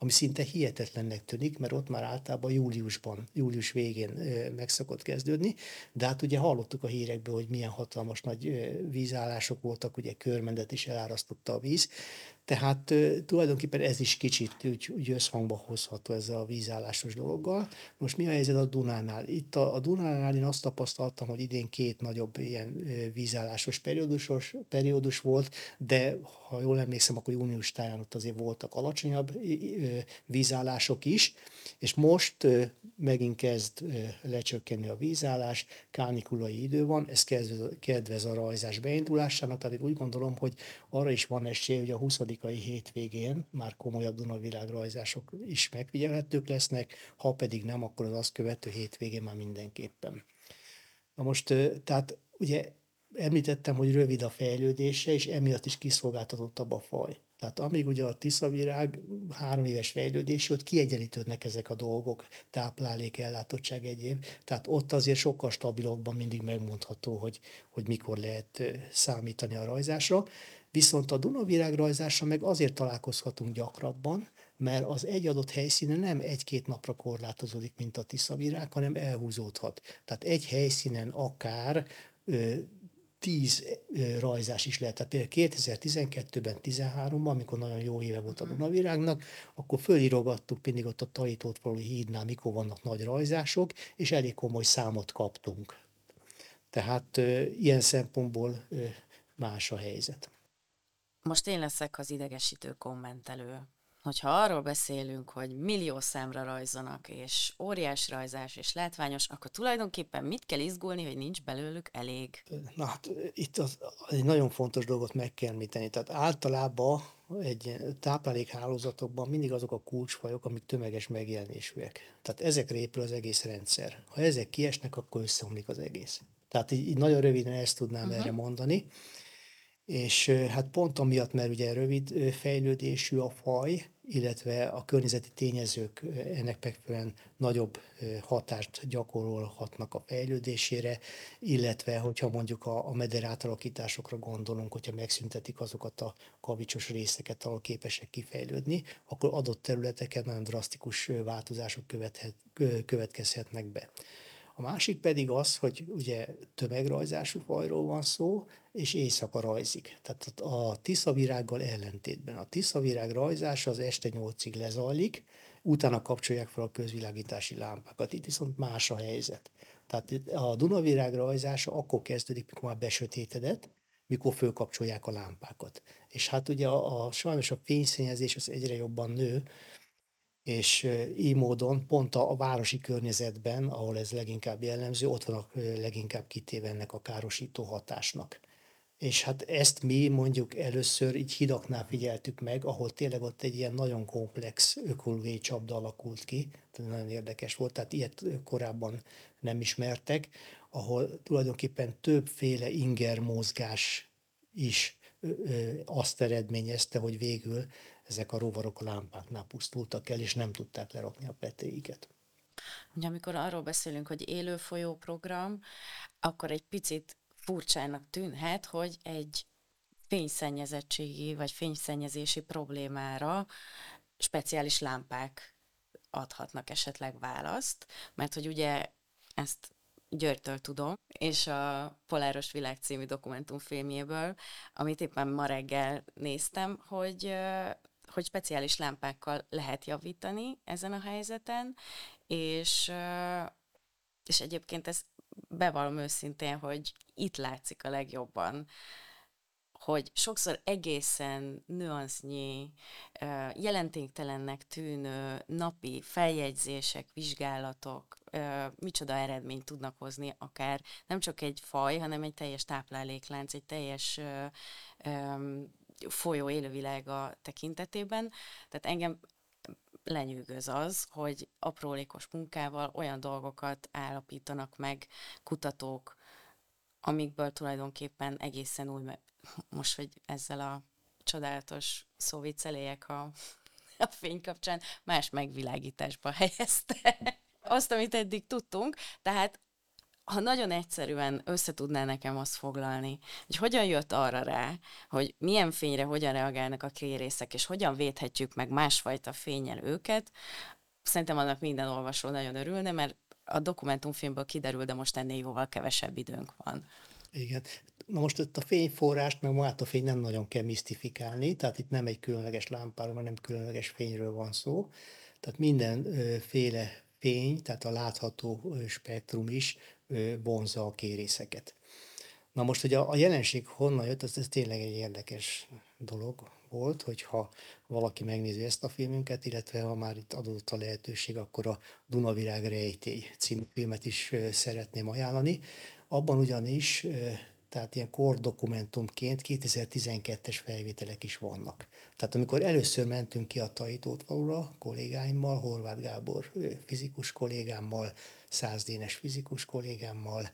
ami szinte hihetetlennek tűnik, mert ott már általában júliusban, július végén meg szokott kezdődni, de hát ugye hallottuk a hírekből, hogy milyen hatalmas nagy vízállások voltak, ugye Körmendet is elárasztotta a víz, tehát uh, tulajdonképpen ez is kicsit úgy, úgy összhangba hozható ezzel a vízállásos dologgal. Most mi a helyzet a Dunánál? Itt a, a Dunánál én azt tapasztaltam, hogy idén két nagyobb ilyen uh, vízállásos periódusos, periódus volt, de ha jól emlékszem, akkor június táján ott azért voltak alacsonyabb uh, vízállások is, és most uh, megint kezd uh, lecsökkenni a vízállás, kánikulai idő van, ez kedvez, kedvez a rajzás beindulásának, tehát én úgy gondolom, hogy arra is van esély, hogy a huszadikai hétvégén már komolyabb Dunavirágrajzások is megfigyelhetők lesznek, ha pedig nem, akkor az azt követő hétvégén már mindenképpen. Na most, tehát ugye említettem, hogy rövid a fejlődése, és emiatt is kiszolgáltatottabb a faj. Tehát amíg ugye a tiszavirág három éves fejlődésű, ott kiegyenlítődnek ezek a dolgok, táplálék, ellátottság, egyéb. Tehát ott azért sokkal stabilabban mindig megmondható, hogy, hogy mikor lehet számítani a rajzásra. Viszont a Dunavirág rajzása meg azért találkozhatunk gyakrabban, mert az egy adott helyszínen nem egy-két napra korlátozódik, mint a tiszavirág, hanem elhúzódhat. Tehát egy helyszínen akár ö, tíz ö, rajzás is lehet. Tehát például kétezer-tizenkettőben, tizenháromban, amikor nagyon jó éve volt a Dunavirágnak, akkor fölírogattuk mindig ott a Tajítótfalu hídnál, mikor vannak nagy rajzások, és elég komoly számot kaptunk. Tehát ö, ilyen szempontból ö, más a helyzet. Most én leszek az idegesítő kommentelő. Hogyha arról beszélünk, hogy millió számra rajzonak, és óriás rajzás, és látványos, akkor tulajdonképpen mit kell izgulni, hogy nincs belőlük elég? Na hát itt az, egy nagyon fontos dolgot meg kell említeni. Tehát általában egy táplálékhálózatokban mindig azok a kulcsfajok, amik tömeges megjelenésűek. Tehát ezekre épül az egész rendszer. Ha ezek kiesnek, akkor összeomlik az egész. Tehát így, így nagyon röviden ezt tudnám uh-huh. erre mondani. És hát pont amiatt, mert ugye rövid fejlődésű a faj, illetve a környezeti tényezők ennek megfelelően nagyobb hatást gyakorolhatnak a fejlődésére, illetve hogyha mondjuk a, a meder átalakításokra gondolunk, hogyha megszüntetik azokat a kavicsos részeket, ahol képesek kifejlődni, akkor adott területeken nagyon drasztikus változások követhet, következhetnek be. A másik pedig az, hogy ugye tömegrajzású fajról van szó, és éjszaka rajzik. Tehát a tiszavirággal ellentétben. A tiszavirág rajzása az este nyolcig lezajlik, utána kapcsolják fel a közvilágítási lámpákat. Itt viszont más a helyzet. Tehát a Dunavirág rajzása akkor kezdődik, mikor már besötétedett, mikor fölkapcsolják a lámpákat. És hát ugye a, a sajnos a fényszennyezés az egyre jobban nő, és így módon pont a, a városi környezetben, ahol ez leginkább jellemző, ott vannak leginkább kitéve ennek a károsító hatásnak. És hát ezt mi mondjuk először így hidaknál figyeltük meg, ahol tényleg ott egy ilyen nagyon komplex ökológiai csapda alakult ki, tehát nagyon érdekes volt, tehát ilyet korábban nem ismertek, ahol tulajdonképpen többféle inger mozgás is ö, ö, azt eredményezte, hogy végül ezek a rovarok a lámpáknál pusztultak el, és nem tudták lerakni a petéiket. Ugye amikor arról beszélünk, hogy élő folyóprogram, akkor egy picit furcsának tűnhet, hogy egy fényszennyezettségi vagy fényszennyezési problémára speciális lámpák adhatnak esetleg választ, mert hogy ugye ezt Györgytől tudom, és a Poláros Világ című dokumentumfilmjéből, amit éppen ma reggel néztem, hogy, hogy speciális lámpákkal lehet javítani ezen a helyzeten, és, és egyébként ez bevallom őszintén, hogy itt látszik a legjobban, hogy sokszor egészen nüansznyi, jelentéktelennek tűnő napi feljegyzések, vizsgálatok, micsoda eredményt tudnak hozni akár nem csak egy faj, hanem egy teljes tápláléklánc, egy teljes folyó élővilága tekintetében. Tehát engem lenyűgöz az, hogy aprólékos munkával olyan dolgokat állapítanak meg kutatók, amikből tulajdonképpen egészen új, most, hogy ezzel a csodálatos szóvicceléjek a, a fény kapcsán, más megvilágításba helyezte azt, amit eddig tudtunk. Tehát ha nagyon egyszerűen össze tudná nekem azt foglalni, hogy hogyan jött arra rá, hogy milyen fényre hogyan reagálnak a kérészek, és hogyan védhetjük meg másfajta fénnyel őket, szerintem annak minden olvasó nagyon örülne, mert a dokumentumfilmből kiderül, de most ennél jóval kevesebb időnk van. Igen. Na most itt a fényforrást, meg magát a fény nem nagyon kell misztifikálni, tehát itt nem egy különleges lámpáról, hanem különleges fényről van szó. Tehát mindenféle fény, tehát a látható spektrum is vonzza a kérészeket. Na most, hogy a, a jelenség honnan jött, ez, ez tényleg egy érdekes dolog volt, hogyha valaki megnézi ezt a filmünket, illetve ha már itt adott a lehetőség, akkor a Dunavirág rejtély című filmet is szeretném ajánlani. Abban ugyanis, tehát ilyen kordokumentumként kétezer-tizenkettes felvételek is vannak. Tehát amikor először mentünk ki a Tahitótfalura kollégáimmal, Horváth Gábor fizikus kollégámmal, Szász Dénes fizikus kollégámmal,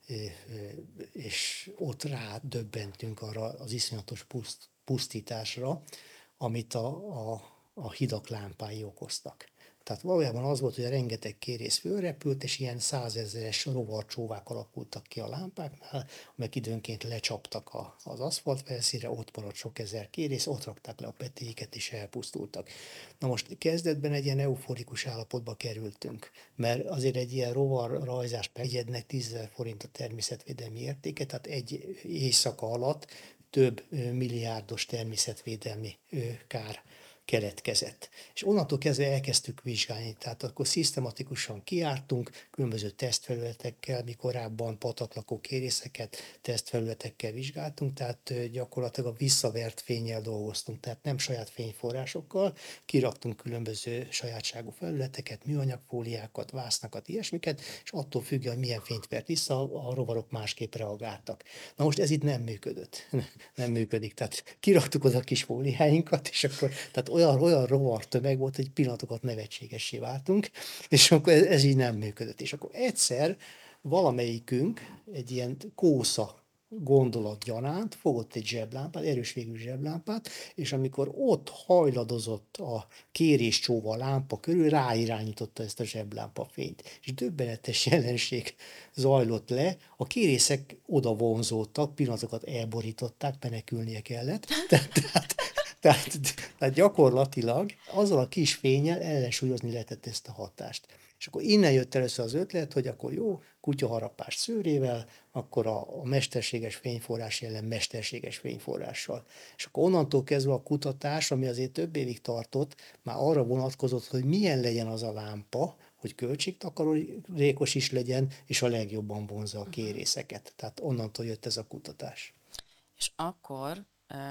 és ott rá döbbentünk arra az iszonyatos puszt, pusztításra, amit a, a, a hidak lámpái okoztak. Tehát valójában az volt, hogy a rengeteg kérész fölrepült, és ilyen százezeres rovarcsóvák alakultak ki a lámpáknál, amelyek időnként lecsaptak a, az aszfalt felszínre, ott maradt sok ezer kérész, ott rakták le a petéiket, és elpusztultak. Na most kezdetben egy ilyen euforikus állapotba kerültünk, mert azért egy ilyen rovar rajzás egyednek tízezer forint a természetvédelmi értéke, tehát egy éjszaka alatt több milliárdos természetvédelmi kár keletkezett. És onnantól kezdve elkezdtük vizsgálni, tehát akkor szisztematikusan kijártunk, különböző tesztfelületekkel, mi korábban pataklakó kérészeket tesztfelületekkel vizsgáltunk, tehát gyakorlatilag a visszavert fénnyel dolgoztunk, tehát nem saját fényforrásokkal, kiraktunk különböző sajátságú felületeket, műanyagfóliákat, vásznakat, ilyesmiket, és attól függően, hogy milyen fényt vert vissza, a rovarok másképp reagáltak. Na most ez itt nem működött. Nem működik. Tehát kiraktuk oda a kis fóliáinkat, és akkor tehát olyan, olyan rovar tömeg volt, hogy pillanatokat nevetségessé váltunk, és akkor ez, ez így nem működött. És akkor egyszer valamelyikünk egy ilyen kósza gondolat gyanánt fogott egy zseblámpát, erős végű zseblámpát, és amikor ott hajladozott a kéréscsóva a lámpa körül, ráirányította ezt a zseblámpa fényt. És döbbenetes jelenség zajlott le, a kérészek oda vonzódtak, pillanatokat elborították, menekülnie kellett. Tehát, tehát, tehát, tehát gyakorlatilag azzal a kis fénnyel ellensúlyozni lehetett ezt a hatást. És akkor innen jött először az ötlet, hogy akkor jó, kutyaharapás szőrével, akkor a, a mesterséges fényforrás ellen mesterséges fényforrással. És akkor onnantól kezdve a kutatás, ami azért több évig tartott, már arra vonatkozott, hogy milyen legyen az a lámpa, hogy költségtakarékos is legyen, és a legjobban vonzza a kérészeket. Tehát onnantól jött ez a kutatás. És akkor,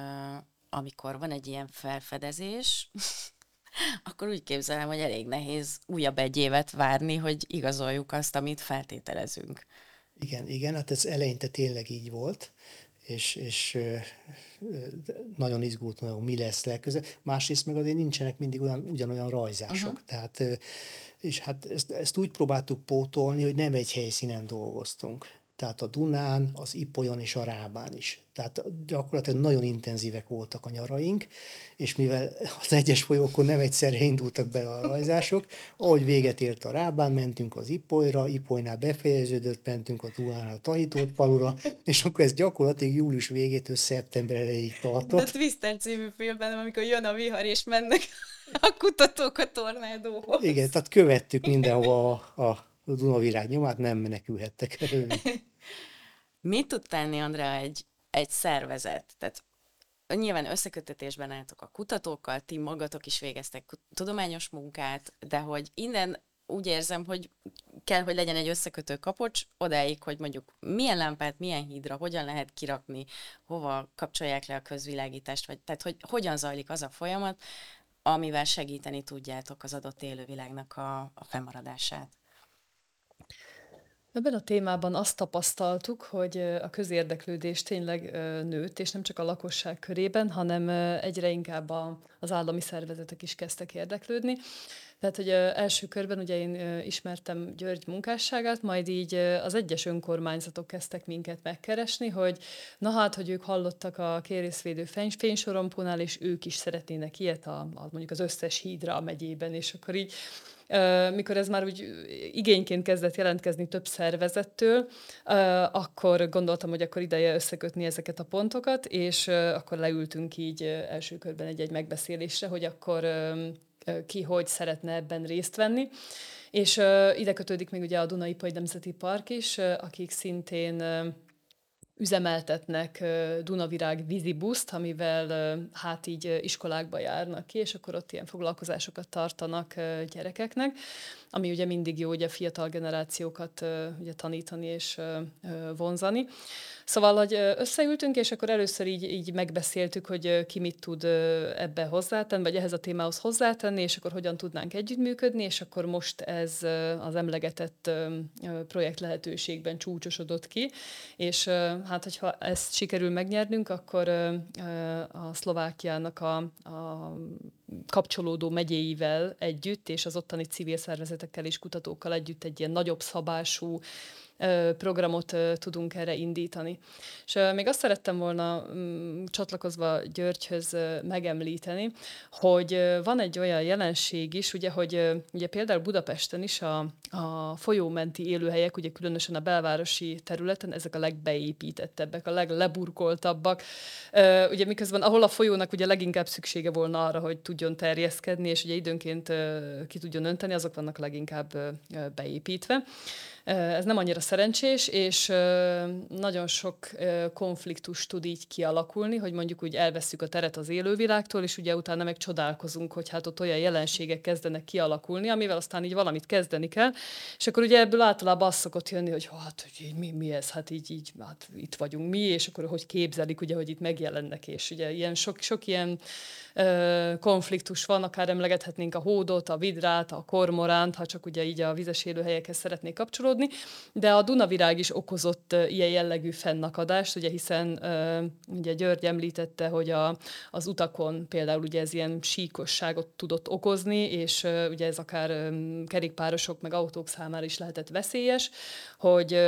amikor van egy ilyen felfedezés, akkor úgy képzelem, hogy elég nehéz újabb egy évet várni, hogy igazoljuk azt, amit feltételezünk. Igen, igen, hát ez eleinte tényleg így volt, és, és nagyon izgult, hogy mi lesz legközelebb. Másrészt meg azért nincsenek mindig olyan, ugyanolyan rajzások. Uh-huh. Tehát, és hát ezt, ezt úgy próbáltuk pótolni, hogy nem egy helyszínen dolgoztunk. Tehát a Dunán, az Ipolyon és a Rábán is. Tehát gyakorlatilag nagyon intenzívek voltak a nyaraink, és mivel az egyes folyókon nem egyszerre indultak be a rajzások, ahogy véget ért a Rábán, mentünk az Ipolyra, Ipolynál befejeződött, mentünk a Dunán a Tahitótfalura, és akkor ez gyakorlatilag július végétől szeptember elejéig tartott. De Twister című filmben, amikor jön a vihar, és mennek a kutatók a tornádóhoz. Igen, tehát követtük mindenhova a, a a Dunavirág nyomát, nem menekülhettek előle. Mit tud tenni, Andrea, egy, egy szervezet? Tehát nyilván összekötetésben álltok a kutatókkal, ti magatok is végeztek tudományos munkát, de hogy innen úgy érzem, hogy kell, hogy legyen egy összekötő kapocs, odáig, hogy mondjuk milyen lámpát, milyen hídra, hogyan lehet kirakni, hova kapcsolják le a közvilágítást, vagy tehát hogy hogyan zajlik az a folyamat, amivel segíteni tudjátok az adott élővilágnak a, a fennmaradását. Ebben a témában azt tapasztaltuk, hogy a közérdeklődés tényleg nőtt, és nem csak a lakosság körében, hanem egyre inkább az állami szervezetek is kezdtek érdeklődni. Tehát, hogy első körben ugye én ismertem György munkásságát, majd így az egyes önkormányzatok kezdtek minket megkeresni, hogy na hát, hogy ők hallottak a kérészvédő fénysorompónál, és ők is szeretnének ilyet a, a, mondjuk az összes hídra a megyében, és akkor így Mikor ez már úgy igényként kezdett jelentkezni több szervezettől, akkor gondoltam, hogy akkor ideje összekötni ezeket a pontokat, és akkor leültünk így első körben egy-egy megbeszélésre, hogy akkor ki hogy szeretne ebben részt venni. És ide kötődik még ugye a Duna-Ipoly Nemzeti Park is, akik szintén üzemeltetnek Dunavirág vízibuszt, amivel hát így iskolákba járnak ki, és akkor ott ilyen foglalkozásokat tartanak gyerekeknek, ami ugye mindig jó, ugye fiatal generációkat ugye tanítani és vonzani. Szóval, hogy összeültünk, és akkor először így, így megbeszéltük, hogy ki mit tud ebbe hozzátenni, vagy ehhez a témához hozzátenni, és akkor hogyan tudnánk együttműködni, és akkor most ez az emlegetett projekt lehetőségben csúcsosodott ki, és hát, hogyha ezt sikerül megnyernünk, akkor a Szlovákiának a, a kapcsolódó megyéivel együtt, és az ottani civil szervezetekkel és kutatókkal együtt egy ilyen nagyobb szabású programot tudunk erre indítani. És még azt szerettem volna csatlakozva Györgyhöz megemlíteni, hogy van egy olyan jelenség is, ugye, hogy ugye például Budapesten is a, a folyómenti élőhelyek, ugye különösen a belvárosi területen, ezek a legbeépítettebbek, a legleburkoltabbak. Ugye miközben ahol a folyónak ugye leginkább szüksége volna arra, hogy tudjon terjeszkedni, és ugye időnként ki tudjon önteni, azok vannak leginkább beépítve. Ez nem annyira szerencsés, és nagyon sok konfliktus tud így kialakulni, hogy mondjuk úgy elvesszük a teret az élővilágtól, és ugye utána meg csodálkozunk, hogy hát ott olyan jelenségek kezdenek kialakulni, amivel aztán így valamit kezdeni kell, és akkor ugye ebből általában az szokott jönni, hogy hát hogy mi, mi ez, hát így, így hát itt vagyunk mi, és akkor hogy képzelik, ugye, hogy itt megjelennek, és ugye ilyen sok, sok ilyen konfliktus van, akár emlegethetnénk a hódot, a vidrát, a kormoránt, ha csak ugye így a vizes élőhelyekhez szeretnék kapcsolódni, de a Dunavirág is okozott ilyen jellegű fennakadást, ugye, hiszen ugye György említette, hogy a, az utakon például ugye ez ilyen síkosságot tudott okozni, és ugye ez akár kerékpárosok meg autók számára is lehetett veszélyes, hogy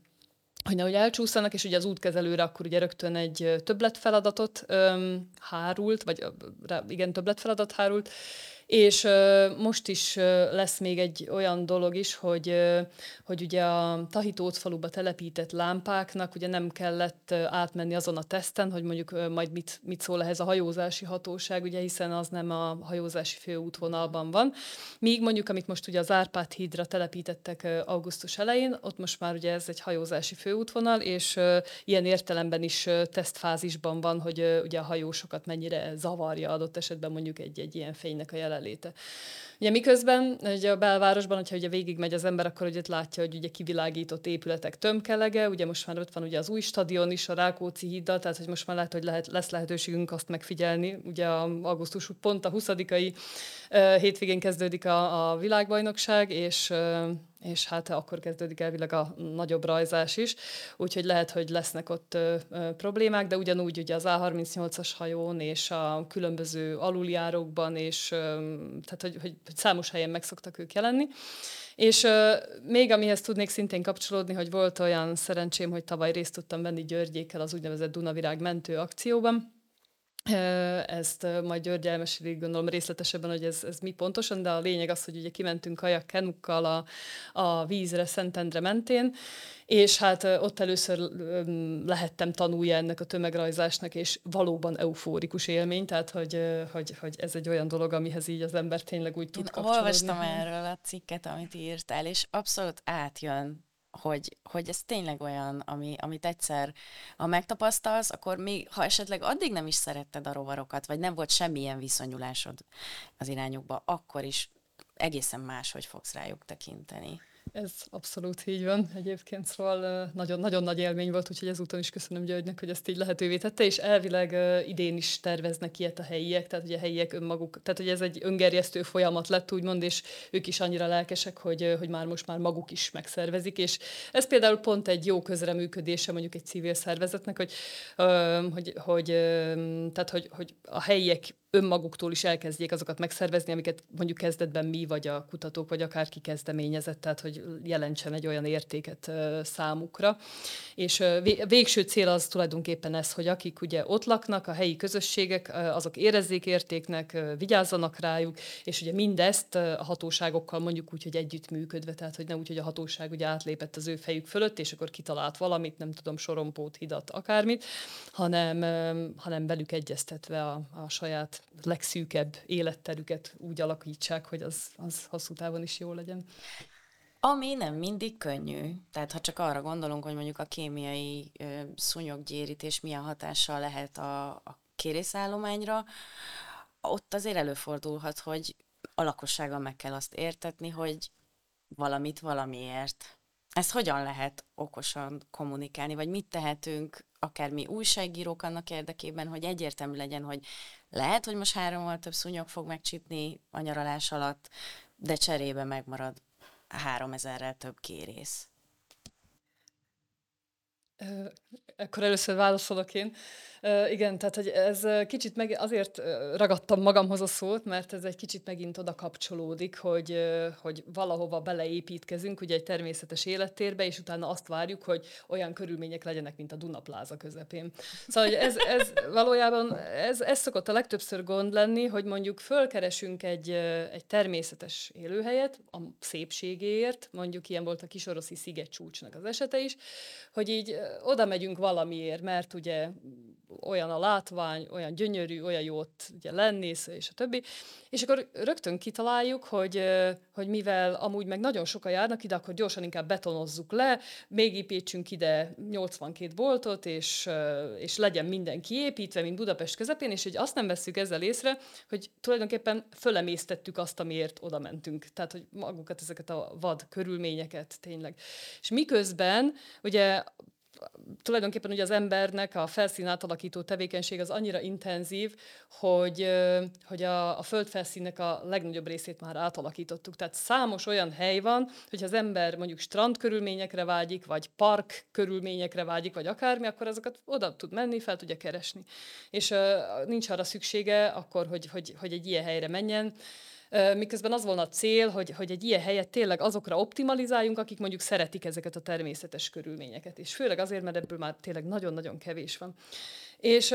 hogy nehogy elcsúszanak, és ugye az útkezelőre akkor ugye rögtön egy többletfeladatot öm, hárult, vagy igen, többletfeladat hárult, és uh, most is uh, lesz még egy olyan dolog is, hogy, uh, hogy ugye a Tahitót faluba telepített lámpáknak ugye nem kellett uh, átmenni azon a teszten, hogy mondjuk uh, majd mit, mit szól ehhez a hajózási hatóság, ugye, hiszen az nem a hajózási főútvonalban van. Míg mondjuk, amit most ugye az Árpád-hídra telepítettek uh, augusztus elején, ott most már ugye ez egy hajózási főútvonal, és uh, ilyen értelemben is uh, tesztfázisban van, hogy uh, ugye a hajósokat mennyire zavarja adott esetben mondjuk egy-egy ilyen fénynek a jelen léte. Ugye miközben ugye a belvárosban, hogyha ugye végigmegy az ember, akkor ugye látja, hogy ugye kivilágított épületek tömkelege, ugye most már ott van ugye az új stadion is, a Rákóczi híddal, tehát hogy most már lehet, hogy lehet, lesz lehetőségünk azt megfigyelni. Ugye a augusztus pont a huszadikai uh, hétvégén kezdődik a, a világbajnokság, és uh, és hát akkor kezdődik elvileg a nagyobb rajzás is, úgyhogy lehet, hogy lesznek ott ö, ö, problémák, de ugyanúgy ugye az á harmincnyolcas hajón és a különböző aluljárókban, és ö, tehát, hogy, hogy, hogy számos helyen meg szoktak ők jelenni. És ö, még amihez tudnék szintén kapcsolódni, hogy volt olyan szerencsém, hogy tavaly részt tudtam venni Györgyékkel az úgynevezett Dunavirág mentő akcióban. Ezt majd György elmeséli, gondolom részletesebben, hogy ez, ez mi pontosan, de a lényeg az, hogy ugye kimentünk kajak kenukkal a, a vízre Szentendre mentén, és hát ott először lehettem tanulja ennek a tömegrajzásnak, és valóban eufórikus élmény, tehát hogy, hogy, hogy ez egy olyan dolog, amihez így az ember tényleg úgy tud Én kapcsolódni. olvastam erről a cikket, amit írtál, és abszolút átjön, hogy, hogy ez tényleg olyan, ami, amit egyszer, ha megtapasztalsz, akkor még, ha esetleg addig nem is szeretted a rovarokat, vagy nem volt semmilyen viszonyulásod az irányukba, akkor is egészen máshogy fogsz rájuk tekinteni. Ez abszolút így van egyébként, szóval nagyon-nagyon nagy élmény volt, úgyhogy ezúton is köszönöm Györgynek, hogy ezt így lehetővé tette, és elvileg uh, idén is terveznek ilyet a helyiek, tehát ugye a helyiek önmaguk, tehát ugye ez egy öngerjesztő folyamat lett, úgymond, és ők is annyira lelkesek, hogy, hogy már most már maguk is megszervezik, és ez például pont egy jó közreműködése mondjuk egy civil szervezetnek, hogy, uh, hogy, hogy, uh, tehát, hogy, hogy a helyiek önmaguktól is elkezdjék azokat megszervezni, amiket mondjuk kezdetben mi, vagy a kutatók, vagy akárki kezdeményezett, tehát hogy jelentsen egy olyan értéket számukra. És végső cél az tulajdonképpen ez, hogy akik ugye ott laknak, a helyi közösségek, azok érezzék értéknek, vigyázzanak rájuk, és ugye mindezt a hatóságokkal mondjuk úgy, hogy együttműködve, tehát hogy nem úgy, hogy a hatóság ugye átlépett az ő fejük fölött, és akkor kitalált valamit, nem tudom, sorompót, hidat, akármit, hanem, hanem velük egyeztetve a, a saját legszűkebb életterüket úgy alakítsák, hogy az, az hosszú távon is jó legyen. Ami nem mindig könnyű. Tehát ha csak arra gondolunk, hogy mondjuk a kémiai ö, szúnyoggyérítés milyen hatással lehet a, a kérészállományra, ott azért előfordulhat, hogy a lakossággal meg kell azt értetni, hogy valamit valamiért. Ezt hogyan lehet okosan kommunikálni, vagy mit tehetünk akár mi újságírók annak érdekében, hogy egyértelmű legyen, hogy lehet, hogy most hárommal több szúnyog fog megcsípni a nyaralás alatt, de cserébe megmarad háromezerrel több kérész. Akkor először válaszolok én. Uh, igen, tehát hogy ez kicsit meg azért ragadtam magamhoz a szót, mert ez egy kicsit megint oda kapcsolódik, hogy, uh, hogy valahova beleépítkezünk ugye egy természetes élettérbe, és utána azt várjuk, hogy olyan körülmények legyenek, mint a Dunapláza közepén. Szóval hogy ez, ez valójában ez, ez szokott a legtöbbször gond lenni, hogy mondjuk fölkeresünk egy, egy természetes élőhelyet a szépségéért, mondjuk ilyen volt a kisoroszi szigetcsúcsnak az esete is, hogy így oda megyünk valamiért, mert ugye olyan a látvány, olyan gyönyörű, olyan jó ott ugye lenni, és a többi. És akkor rögtön kitaláljuk, hogy, hogy mivel amúgy meg nagyon sokan járnak ide, akkor gyorsan inkább betonozzuk le, még építsünk ide nyolcvankét boltot, és, és legyen minden kiépítve, mint Budapest közepén, és hogy azt nem vesszük ezzel észre, hogy tulajdonképpen fölemésztettük azt, amiért oda mentünk. Tehát, hogy magukat, ezeket a vad körülményeket tényleg. És miközben ugye tulajdonképpen ugye az embernek a felszín átalakító tevékenység az annyira intenzív, hogy, hogy a, a földfelszínnek a legnagyobb részét már átalakítottuk. Tehát számos olyan hely van, hogy az ember mondjuk strand körülményekre vágyik, vagy park körülményekre vágyik, vagy akármi, akkor azokat oda tud menni, fel tudja keresni. És uh, nincs arra szüksége akkor, hogy, hogy, hogy egy ilyen helyre menjen. Miközben az volna a cél, hogy, hogy egy ilyen helyet tényleg azokra optimalizáljunk, akik mondjuk szeretik ezeket a természetes körülményeket. És főleg azért, mert ebből már tényleg nagyon-nagyon kevés van. És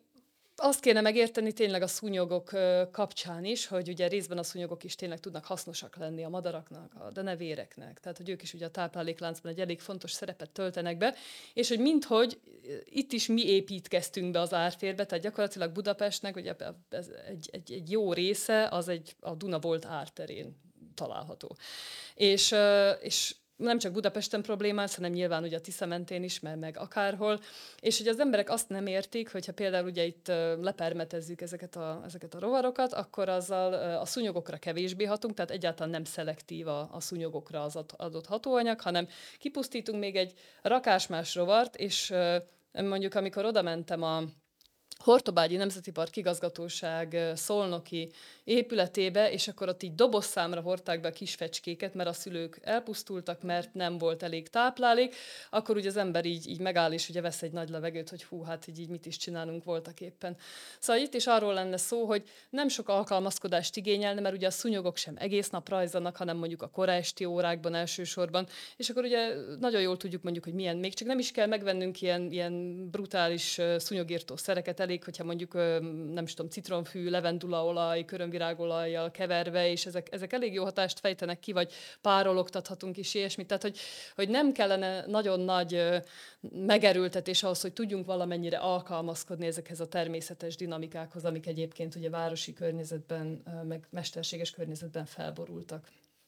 azt kéne megérteni tényleg a szúnyogok kapcsán is, hogy ugye részben a szúnyogok is tényleg tudnak hasznosak lenni a madaraknak, a denevéreknek, tehát hogy ők is ugye a táplálékláncban egy elég fontos szerepet töltenek be, és hogy minthogy itt is mi építkeztünk be az ártérbe, tehát gyakorlatilag Budapestnek ugye ez egy, egy, egy jó része az egy a Duna-Bolt árterén található. És, és nem csak Budapesten problémás, hanem nyilván ugye a Tisza mentén is, meg, meg akárhol. És hogy az emberek azt nem értik, hogyha például ugye itt lepermetezzük ezeket a, ezeket a rovarokat, akkor azzal a szúnyogokra kevésbé hatunk, tehát egyáltalán nem szelektív a, a szúnyogokra az adott hatóanyag, hanem kipusztítunk még egy rakásmás rovart, és mondjuk amikor oda mentem a Hortobágyi Nemzeti Park igazgatóság szolnoki épületébe, és akkor ott így dobozszámra hordták be a kis fecskéket, mert a szülők elpusztultak, mert nem volt elég táplálék, akkor ugye az ember így, így megáll, és ugye vesz egy nagy levegőt, hogy hú, hát így, így mit is csinálunk voltak éppen. Szóval itt is arról lenne szó, hogy nem sok alkalmazkodást igényelne, mert ugye a szúnyogok sem egész nap rajzanak, hanem mondjuk a kora esti órákban elsősorban, és akkor ugye nagyon jól tudjuk mondjuk, hogy milyen, még csak nem is kell megvennünk ilyen, ilyen brutális szúnyogírtó szereket, elég, hogyha mondjuk, nem is tudom, citromfű, levendulaolaj, körömvirágolajjal keverve, és ezek, ezek elég jó hatást fejtenek ki, vagy párologtathatunk is ilyesmit. Tehát, hogy, hogy nem kellene nagyon nagy megerőltetés ahhoz, hogy tudjunk valamennyire alkalmazkodni ezekhez a természetes dinamikákhoz, amik egyébként ugye városi környezetben, meg mesterséges környezetben felborultak.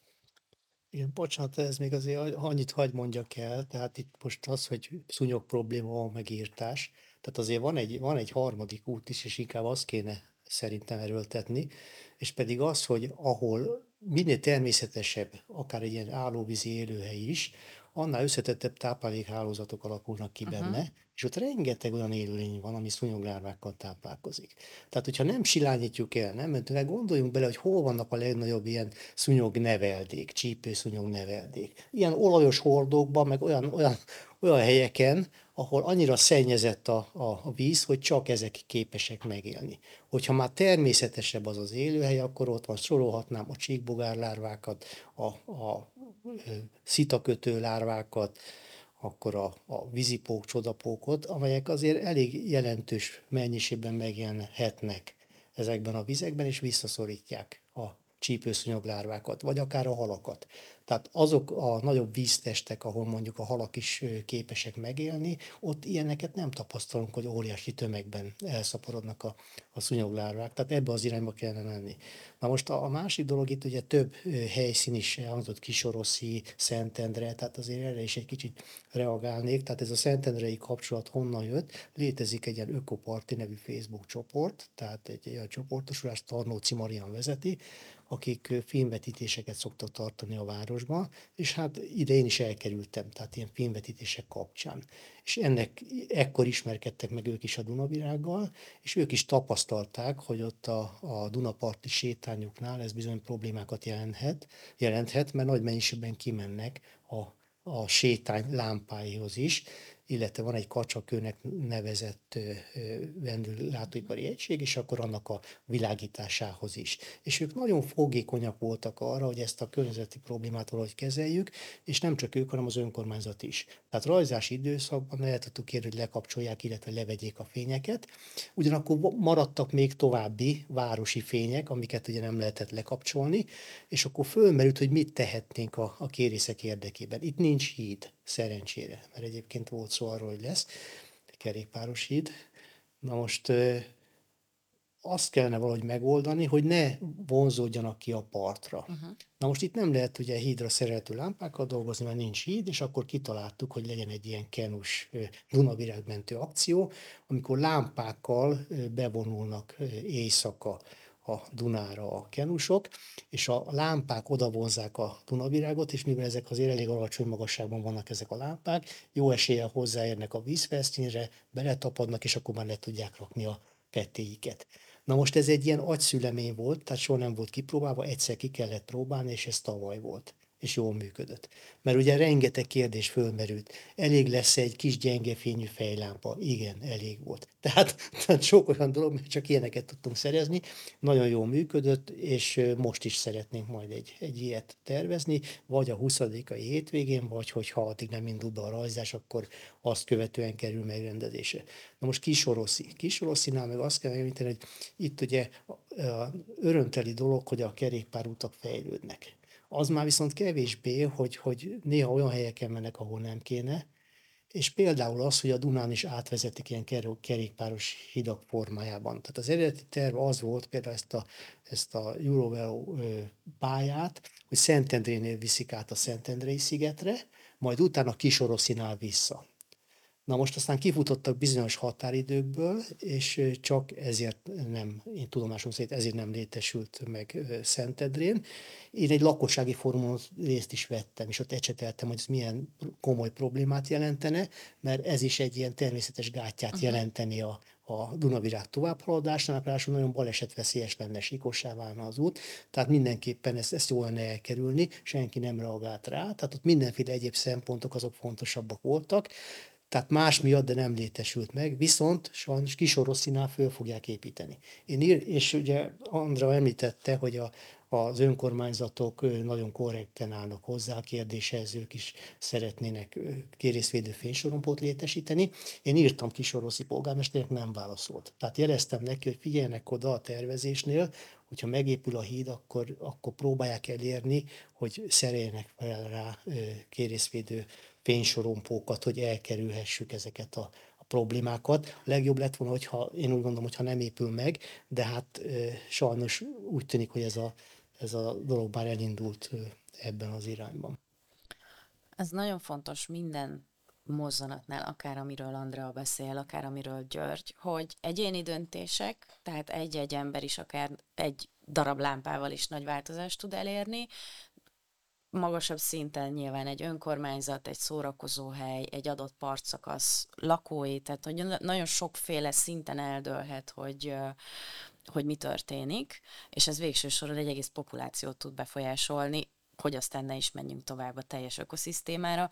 Igen, bocsánat, ez még azért annyit hagy mondjak el, tehát itt most az, hogy szúnyog probléma van, megírtás, tehát azért van egy, van egy harmadik út is, és inkább azt kéne szerintem erőltetni, és pedig az, hogy ahol minél természetesebb, akár egy ilyen állóvízi élőhely is, annál összetettebb táplálékhálózatok alakulnak ki benne, uh-huh. és ott rengeteg olyan élőlény van, ami szúnyoglárvákkal táplálkozik. Tehát, hogyha nem silányítjuk el, nem mentőleg gondoljunk bele, hogy hol vannak a legnagyobb ilyen szúnyogneveldék, csípőszúnyogneveldék. Ilyen olajos hordókban, meg olyan, olyan, olyan helyeken, ahol annyira szennyezett a, a, a víz, hogy csak ezek képesek megélni. Hogyha már természetesebb az az élőhely, akkor ott van, sorolhatnám a csíkbogárlárvákat, a, a szitakötő lárvákat, akkor a, a vízipók, csodapókot, amelyek azért elég jelentős mennyiségben megjelenhetnek ezekben a vizekben, és visszaszorítják a csípőszúnyoglárvákat, vagy akár a halakat. Tehát azok a nagyobb víztestek, ahol mondjuk a halak is képesek megélni, ott ilyeneket nem tapasztalunk, hogy óriási tömegben elszaporodnak a, a szúnyoglárvák. Tehát ebbe az irányba kellene menni. Na most a, a másik dolog itt ugye több helyszín is elhangzott, Kisoroszi, Szentendre, tehát azért erre is egy kicsit reagálnék. Tehát ez a szentendrei kapcsolat honnan jött? Létezik egy ilyen Ökoparti nevű Facebook csoport, tehát egy olyan csoportosulást Tarnóci Marian vezeti, akik filmvetítéseket szoktak tartani a városban, és hát ide én is elkerültem, tehát ilyen filmvetítések kapcsán. És ennek ekkor ismerkedtek meg ők is a Dunavirággal, és ők is tapasztalták, hogy ott a, a Dunaparti sétányoknál ez bizony problémákat jelenthet, jelenthet, mert nagy mennyiségben kimennek a, a sétány lámpáihoz is, illetve van egy Kacsakőnek nevezett vendéglátóipari egység, és akkor annak a világításához is. És ők nagyon fogékonyak voltak arra, hogy ezt a környezeti problémát valahogy kezeljük, és nem csak ők, hanem az önkormányzat is. Tehát rajzási időszakban lehet tudtuk kérni, hogy lekapcsolják, illetve levegyék a fényeket. Ugyanakkor maradtak még további városi fények, amiket ugye nem lehetett lekapcsolni, és akkor fölmerült, hogy mit tehetnénk a, a kérészek érdekében. Itt nincs híd, szerencsére, mert egyébként volt szó arról, hogy lesz kerékpáros híd. Na most azt kellene valahogy megoldani, hogy ne vonzódjanak ki a partra. Uh-huh. Na most itt nem lehet ugye hídra szerelhető lámpákkal dolgozni, mert nincs híd, és akkor kitaláltuk, hogy legyen egy ilyen kenus Dunavirágmentő akció, amikor lámpákkal bevonulnak éjszaka a Dunára a kenusok, és a lámpák odavonzák a Dunavirágot, és mivel ezek azért elég alacsony magasságban vannak ezek a lámpák, jó eséllyel hozzáérnek a vízfelszínre, beletapadnak, és akkor már le tudják rakni a petéiket. Na most ez egy ilyen agyszülemény volt, tehát soha nem volt kipróbálva, egyszer ki kellett próbálni, és ez tavaly volt. És jól működött. Mert ugye rengeteg kérdés fölmerült. Elég lesz egy kis gyengefényű fejlámpa? Igen, elég volt. Tehát, tehát sok olyan dolog, mert csak ilyeneket tudtunk szerezni. Nagyon jól működött, és most is szeretnénk majd egy, egy ilyet tervezni, vagy a huszadikai hétvégén, vagy hogyha addig nem indul be a rajzás, akkor azt követően kerül megrendezésre. Na most Kisoroszi. Kisoroszinál meg azt kell említeni, hogy itt ugye örömteli dolog, hogy a kerékpárutak fejlődnek. Az már viszont kevésbé, hogy, hogy néha olyan helyeken mennek, ahol nem kéne, és például az, hogy a Dunán is átvezetik ilyen kerékpáros hidak formájában. Tehát az eredeti terv az volt, például ezt a, ezt a Eurovelo pályát, hogy Szentendrénél viszik át a Szentendrei szigetre, majd utána Kisoroszinál vissza. Na most aztán kifutottak bizonyos határidőkből, és csak ezért nem, én tudomásom szerint ezért nem létesült meg Szentendrén. Én egy lakossági fórumon részt is vettem, és ott ecseteltem, hogy ez milyen komoly problémát jelentene, mert ez is egy ilyen természetes gátját uh-huh. jelenteni a, a Dunavirág továbbhaladásnak, ráadásul nagyon balesetveszélyes lenne, sikossá válna az út, tehát mindenképpen ezt, ezt jól lenne elkerülni, senki nem reagált rá, tehát ott mindenféle egyéb szempontok azok fontosabbak voltak, tehát más miatt, de nem létesült meg, viszont sajnos Kisoroszinál föl fogják építeni. Én ír, és ugye Andra említette, hogy a, az önkormányzatok nagyon korrekten állnak hozzá a kérdéshez, ők is szeretnének kérészvédő fénysorompót létesíteni. Én írtam Kisoroszi polgármesternek, nem válaszolt. Tehát jeleztem neki, hogy figyeljenek oda a tervezésnél, hogyha megépül a híd, akkor, akkor próbálják elérni, hogy szereljenek fel rá kérészvédő fénysorompókat, hogy elkerülhessük ezeket a, a problémákat. A legjobb lett volna, hogyha én úgy gondolom, hogyha nem épül meg, de hát e, sajnos úgy tűnik, hogy ez a, ez a dolog már elindult e, ebben az irányban. Ez nagyon fontos minden mozzanatnál, akár amiről Andrea beszél, akár amiről György, hogy egyéni döntések, tehát egy-egy ember is akár egy darab lámpával is nagy változást tud elérni, magasabb szinten nyilván egy önkormányzat, egy szórakozóhely, egy adott partszakasz lakói, tehát hogy nagyon sokféle szinten eldőlhet, hogy, hogy mi történik, és ez végső soron egy egész populációt tud befolyásolni, hogy aztán ne is menjünk tovább a teljes ökoszisztémára.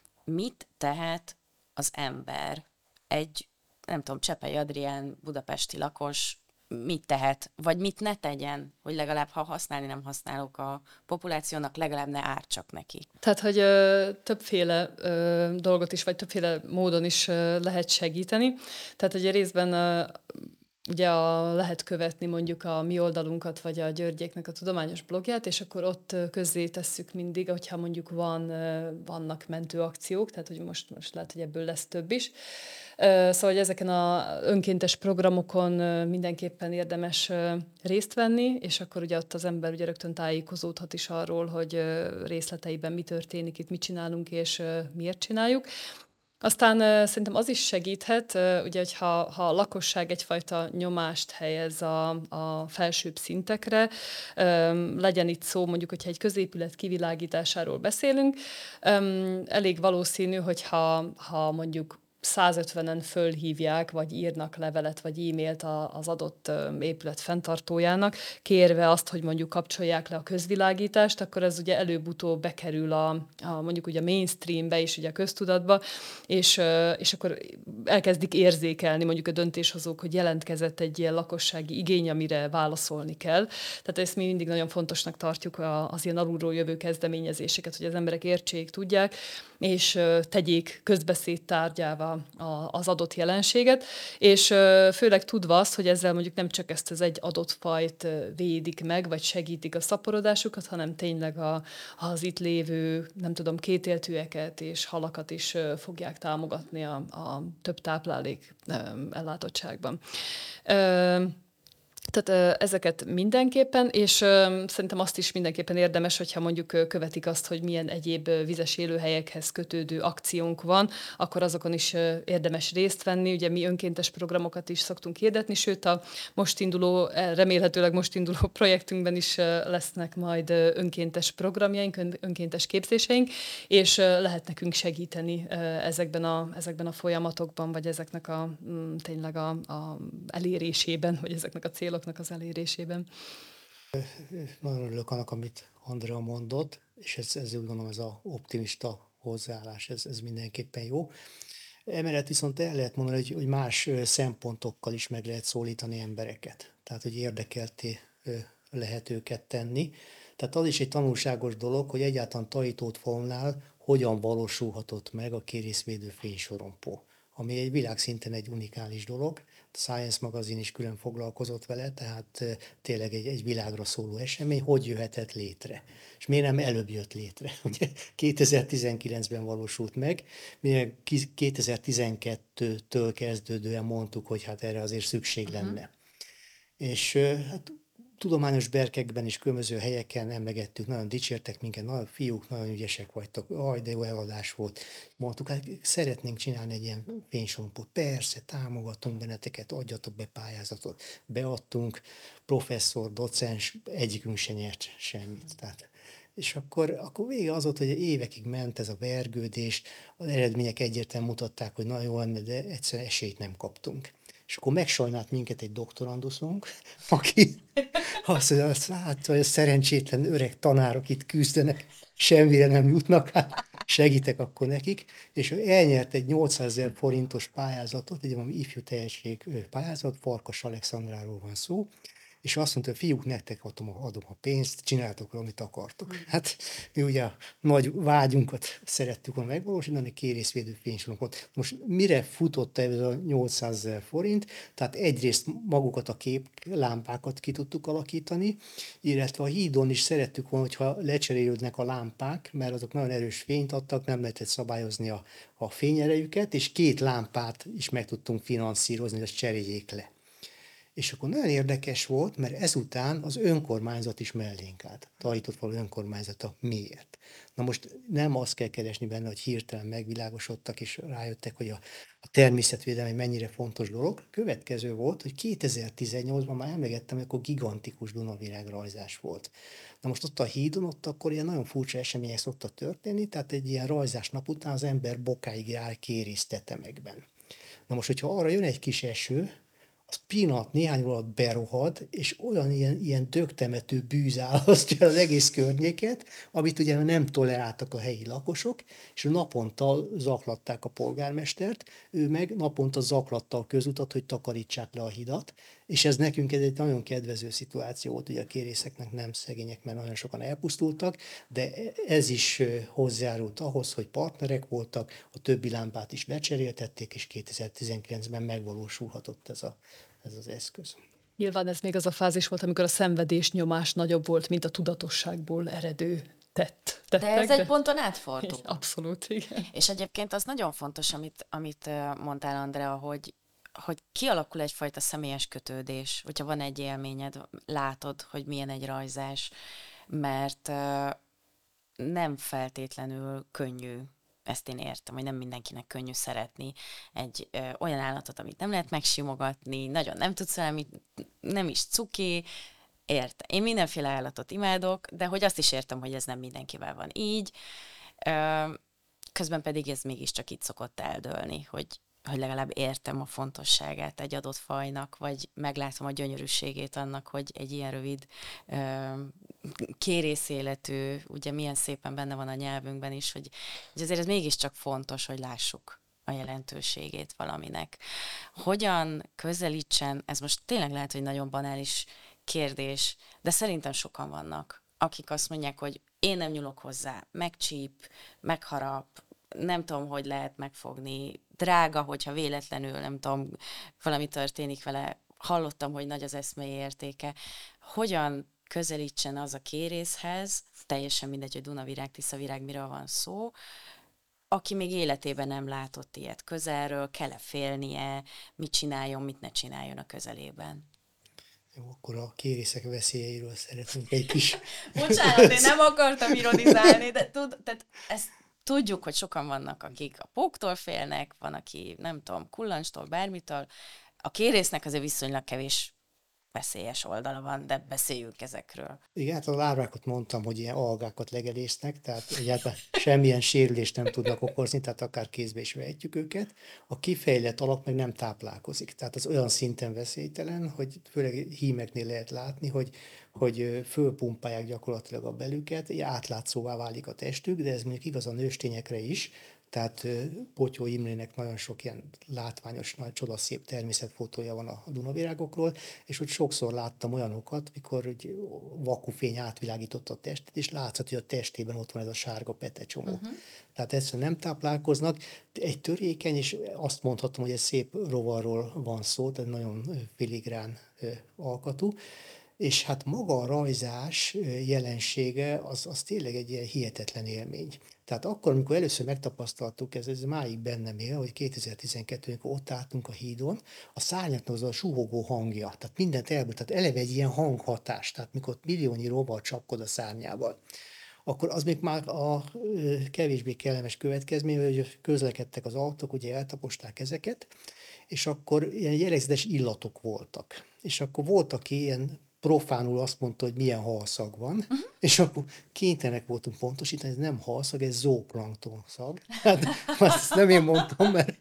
Mit tehet az ember, egy, nem tudom, Csepei Adrián, budapesti lakos, mit tehet, vagy mit ne tegyen, hogy legalább, ha használni nem használok a populációnak, legalább ne ártsak neki. Tehát, hogy ö, többféle ö, dolgot is, vagy többféle módon is ö, lehet segíteni. Tehát, hogy részben ö, ugye a, lehet követni mondjuk a mi oldalunkat, vagy a Györgyéknek a tudományos blogját, és akkor ott közzé tesszük mindig, hogyha mondjuk van, vannak mentőakciók, tehát hogy most, most lehet, hogy ebből lesz több is. Szóval, hogy ezeken az önkéntes programokon mindenképpen érdemes részt venni, és akkor ugye ott az ember ugye rögtön tájékozódhat is arról, hogy részleteiben mi történik, itt mit csinálunk, és miért csináljuk. Aztán uh, szerintem az is segíthet, uh, ugye, hogyha ha a lakosság egyfajta nyomást helyez a, a felsőbb szintekre, um, legyen itt szó mondjuk, hogyha egy középület kivilágításáról beszélünk, um, elég valószínű, hogyha ha mondjuk százötvenen fölhívják, vagy írnak levelet, vagy e-mailt az adott épület fenntartójának, kérve azt, hogy mondjuk kapcsolják le a közvilágítást, akkor ez ugye előbb-utóbb bekerül a, a mondjuk ugye a mainstreambe és ugye a köztudatba, és, és akkor elkezdik érzékelni mondjuk a döntéshozók, hogy jelentkezett egy ilyen lakossági igény, amire válaszolni kell. Tehát ezt mi mindig nagyon fontosnak tartjuk az ilyen alulról jövő kezdeményezéseket, hogy az emberek értsék, tudják, és tegyék közbeszéd tárgyává az adott jelenséget, és főleg tudva azt, hogy ezzel mondjuk nem csak ezt az egy adott fajt védik meg, vagy segítik a szaporodásukat, hanem tényleg a, az itt lévő, nem tudom, kétéltűeket és halakat is fogják támogatni a, a több táplálék ellátottságban. Tehát ezeket mindenképpen, és szerintem azt is mindenképpen érdemes, hogyha mondjuk követik azt, hogy milyen egyéb vizes élőhelyekhez kötődő akciónk van, akkor azokon is érdemes részt venni. Ugye mi önkéntes programokat is szoktunk hirdetni, sőt a most induló, remélhetőleg most induló projektünkben is lesznek majd önkéntes programjaink, önkéntes képzéseink, és lehet nekünk segíteni ezekben a, ezekben a folyamatokban, vagy ezeknek a tényleg a, a elérésében, vagy ezeknek a céloknak az elérésében. Nagyon örülök annak, amit Andrea mondott, és ez, ez úgy gondolom, ez az optimista hozzáállás, ez, ez mindenképpen jó. Emellett viszont el lehet mondani, hogy, hogy más szempontokkal is meg lehet szólítani embereket. Tehát, hogy érdekelté lehet őket tenni. Tehát az is egy tanulságos dolog, hogy egyáltalán Tajítótfalunál hogyan valósulhatott meg a kérészvédő fénysorompó, ami egy világszinten egy unikális dolog. A Science magazin is külön foglalkozott vele, tehát tényleg egy, egy világra szóló esemény, hogy jöhetett létre. És miért nem előbb jött létre? Ugye kétezer-tizenkilencben valósult meg, mi kétezer-tizenkettőtől kezdődően mondtuk, hogy hát erre azért szükség lenne. Uh-huh. És hát tudományos berkekben is különböző helyeken emlegettük, nagyon dicsértek minket, nagyon fiúk, nagyon ügyesek vagytok, aj, de jó eladás volt. Mondtuk, hát szeretnénk csinálni egy ilyen fénysorompót. Persze, támogatunk benneteket, adjatok be pályázatot. Beadtunk, professzor, docens, egyikünk se nyert semmit. Tehát, és akkor, akkor vége az volt, hogy évekig ment ez a vergődés, az eredmények egyértelműen mutatták, hogy nagyon jó lenne, de egyszerűen esélyt nem kaptunk. És akkor megsajnált minket egy doktoranduszunk, aki azt mondja, hát, hogy a szerencsétlen öreg tanárok itt küzdenek, semmire nem jutnak, hát segítek akkor nekik. És ő elnyert egy nyolcszázezer forintos pályázatot, egy valami ifjú tehetség pályázat, Farkas Alexandráról van szó, és azt mondta, hogy fiúk, nektek adom, adom a pénzt, csináltok, amit akartok. Hát mi ugye a nagy vágyunkat szerettük volna megvalósítani, kérészvédő fénysorompót. Most mire futott ez a nyolcszázezer forint? Tehát egyrészt magukat a képlámpákat ki tudtuk alakítani, illetve a hídon is szerettük volna, hogyha lecserélődnek a lámpák, mert azok nagyon erős fényt adtak, nem lehetett szabályozni a, a fényerejüket, és két lámpát is meg tudtunk finanszírozni, hogy azt cseréljék le. És akkor nagyon érdekes volt, mert ezután az önkormányzat is mellénk állt. Tajított önkormányzata miért? Na most nem azt kell keresni benne, hogy hirtelen megvilágosodtak, és rájöttek, hogy a, a természetvédelem mennyire fontos dolog. Következő volt, hogy kétezer-tizennyolcban már emlegettem, hogy akkor gigantikus Dunavirágrajzás volt. Na most ott a hídon, ott akkor ilyen nagyon furcsa események szoktak történni, tehát egy ilyen rajzás nap után az ember bokáig áll kérész tetemekben. Na most, hogyha arra jön egy kis eső, az pillanat néhány alatt berohad, és olyan ilyen, ilyen dögtemető bűz álasztja az egész környéket, amit ugye nem toleráltak a helyi lakosok, és naponta zaklatták a polgármestert, ő meg naponta zaklatta a közutat, hogy takarítsák le a hidat, és ez nekünk ez egy nagyon kedvező szituáció volt, ugye a kérészeknek nem szegények, mert nagyon sokan elpusztultak, de ez is hozzájárult ahhoz, hogy partnerek voltak, a többi lámpát is lecseréltették, és kétezer-tizenkilencben megvalósulhatott ez, a, ez az eszköz. Nyilván ez még az a fázis volt, amikor a szenvedés nyomás nagyobb volt, mint a tudatosságból eredő tett. De ez egy ponton átfordul. Abszolút, igen. És egyébként az nagyon fontos, amit, amit mondtál, Andrea, hogy hogy kialakul egyfajta személyes kötődés, hogyha van egy élményed, látod, hogy milyen egy rajzás, mert uh, nem feltétlenül könnyű, ezt én értem, hogy nem mindenkinek könnyű szeretni egy uh, olyan állatot, amit nem lehet megsimogatni, nagyon nem tudsz valami, nem is cuki, értem. Én mindenféle állatot imádok, de hogy azt is értem, hogy ez nem mindenkivel van így, uh, közben pedig ez mégiscsak itt szokott eldőlni, hogy hogy legalább értem a fontosságát egy adott fajnak, vagy meglátom a gyönyörűségét annak, hogy egy ilyen rövid kérészéletű, ugye milyen szépen benne van a nyelvünkben is, hogy, hogy azért ez mégiscsak fontos, hogy lássuk a jelentőségét valaminek. Hogyan közelítsen, ez most tényleg lehet, hogy nagyon banális kérdés, de szerintem sokan vannak, akik azt mondják, hogy én nem nyúlok hozzá, megcsíp, megharap, nem tudom, hogy lehet megfogni, drága, hogyha véletlenül, nem tudom, valami történik vele, hallottam, hogy nagy az eszmei értéke. Hogyan közelítsen az a kérészhez, teljesen mindegy, hogy Dunavirág, Tiszavirág, miről van szó, aki még életében nem látott ilyet közelről, kell-e félnie, mit csináljon, mit ne csináljon a közelében. Jó, akkor a kérészek veszélyeiről szeretnénk egy kis... Bocsánat, én nem akartam ironizálni, de tud, tehát ezt tudjuk, hogy sokan vannak, akik a póktól félnek, van, aki nem tudom, kullancstól, bármitől. A kérésznek azért viszonylag kevés veszélyes oldala van, de beszéljünk ezekről. Igen, hát a lárvákat mondtam, hogy ilyen algákat legelésznek, tehát egyáltalán semmilyen sérülést nem tudnak okozni, tehát akár kézbe is vehetjük őket. A kifejlett alak meg nem táplálkozik, tehát az olyan szinten veszélytelen, hogy főleg hímeknél lehet látni, hogy, hogy fölpumpálják gyakorlatilag a belüket, átlátszóvá válik a testük, de ez mondjuk igaz a nőstényekre is, tehát Potyó Imrének nagyon sok ilyen látványos, nagy csodaszép természetfotója van a Dunavirágokról, és hogy sokszor láttam olyanokat, mikor egy vakufény átvilágította a testet, és látszott, hogy a testében ott van ez a sárga petecsomó. Uh-huh. Tehát egyszerűen nem táplálkoznak. Egy törékeny, és azt mondhatom, hogy egy szép rovarról van szó, tehát nagyon filigrán alkatú, és hát maga a rajzás jelensége az, az tényleg egy ilyen hihetetlen élmény. Tehát akkor, amikor először megtapasztaltuk, ez, ez máig bennem él, hogy kétezer-tizenkettőben, amikor ott álltunk a hídon, a szárnyaknak az a suhogó hangja, tehát mindent elből, tehát eleve egy ilyen hanghatás, tehát mikor milliónyi rovar csapkod a szárnyával, akkor az még már a kevésbé kellemes következmény, hogy közlekedtek az autók, ugye eltaposták ezeket, és akkor ilyen jellegzetes illatok voltak. És akkor volt, aki ilyen profánul azt mondta, hogy milyen halszag van, uh-huh. és akkor kénytelenek voltunk pontosítani, ez nem halszag, ez zooplankton szag. Hát, azt nem én mondtam, mert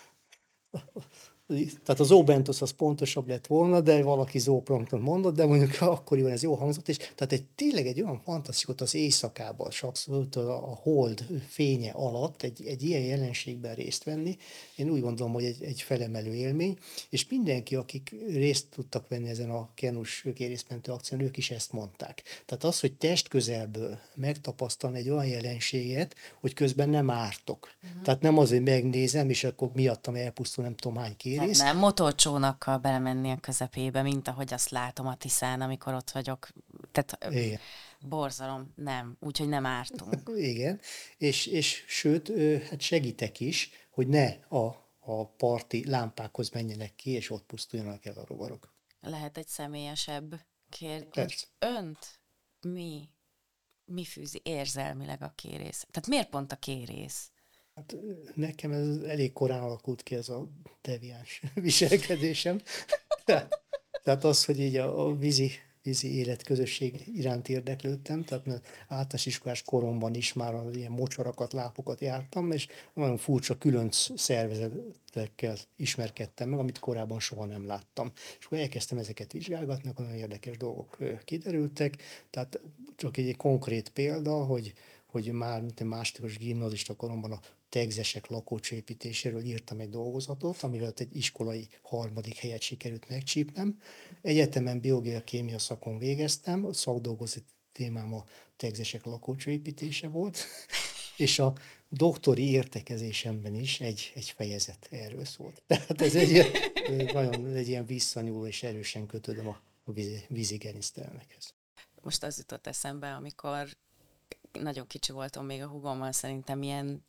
tehát a zoobentosz az pontosabb lett volna, de valaki zooplankton mondott, de mondjuk akkoriban ez jó hangzott, és tehát egy, tényleg egy olyan fantasztikus az éjszakában, sokszor a, a hold fénye alatt egy, egy ilyen jelenségben részt venni, én úgy gondolom, hogy egy, egy felemelő élmény, és mindenki, akik részt tudtak venni ezen a kenus kérészmentő akción, ők is ezt mondták. Tehát az, hogy testközelből megtapasztalni egy olyan jelenséget, hogy közben nem ártok. Uh-huh. Tehát nem az, hogy megnézem, és akkor miattam elpusztul nem tudom hány kérész. Nem, nem motorcsónakkal belemenni a közepébe, mint ahogy azt látom a Tiszán, amikor ott vagyok. Tehát igen. Borzalom, nem. Úgyhogy nem ártunk. Igen, és, és sőt, hát segítek is, hogy ne a, a parti lámpákhoz menjenek ki, és ott pusztuljanak el a rovarok. lehet egy személyesebb kérdés. Persze. Önt mi, mi fűzi érzelmileg a kérész? Tehát miért pont a kérész? Hát nekem ez elég korán alakult ki ez a deviáns viselkedésem. Tehát, tehát az, hogy így a, a vízi, vízi életközösség iránt érdeklődtem, tehát mert általános iskolás koromban is már az ilyen mocsarakat, lápokat jártam, és nagyon furcsa különc szervezetekkel ismerkedtem meg, amit korábban soha nem láttam. És akkor elkezdtem ezeket vizsgálgatni, akkor nagyon érdekes dolgok kiderültek. Tehát csak egy konkrét példa, hogy hogy már mint egy másodikos gimnazista koromban a tegzesek lakócsépítéséről írtam egy dolgozatot, amivel egy iskolai harmadik helyet sikerült megcsípnem. Egyetemen biológia-kémia szakon végeztem, a szakdolgozati témám a tegzesek lakócsépítése volt, és a doktori értekezésemben is egy, egy fejezet erről szólt. Tehát ez egy ilyen, nagyon egy ilyen visszanyúló és erősen kötődöm a vízi, vízi gerinctelenekhez. Most az jutott eszembe, amikor nagyon kicsi voltam még a húgommal, szerintem ilyen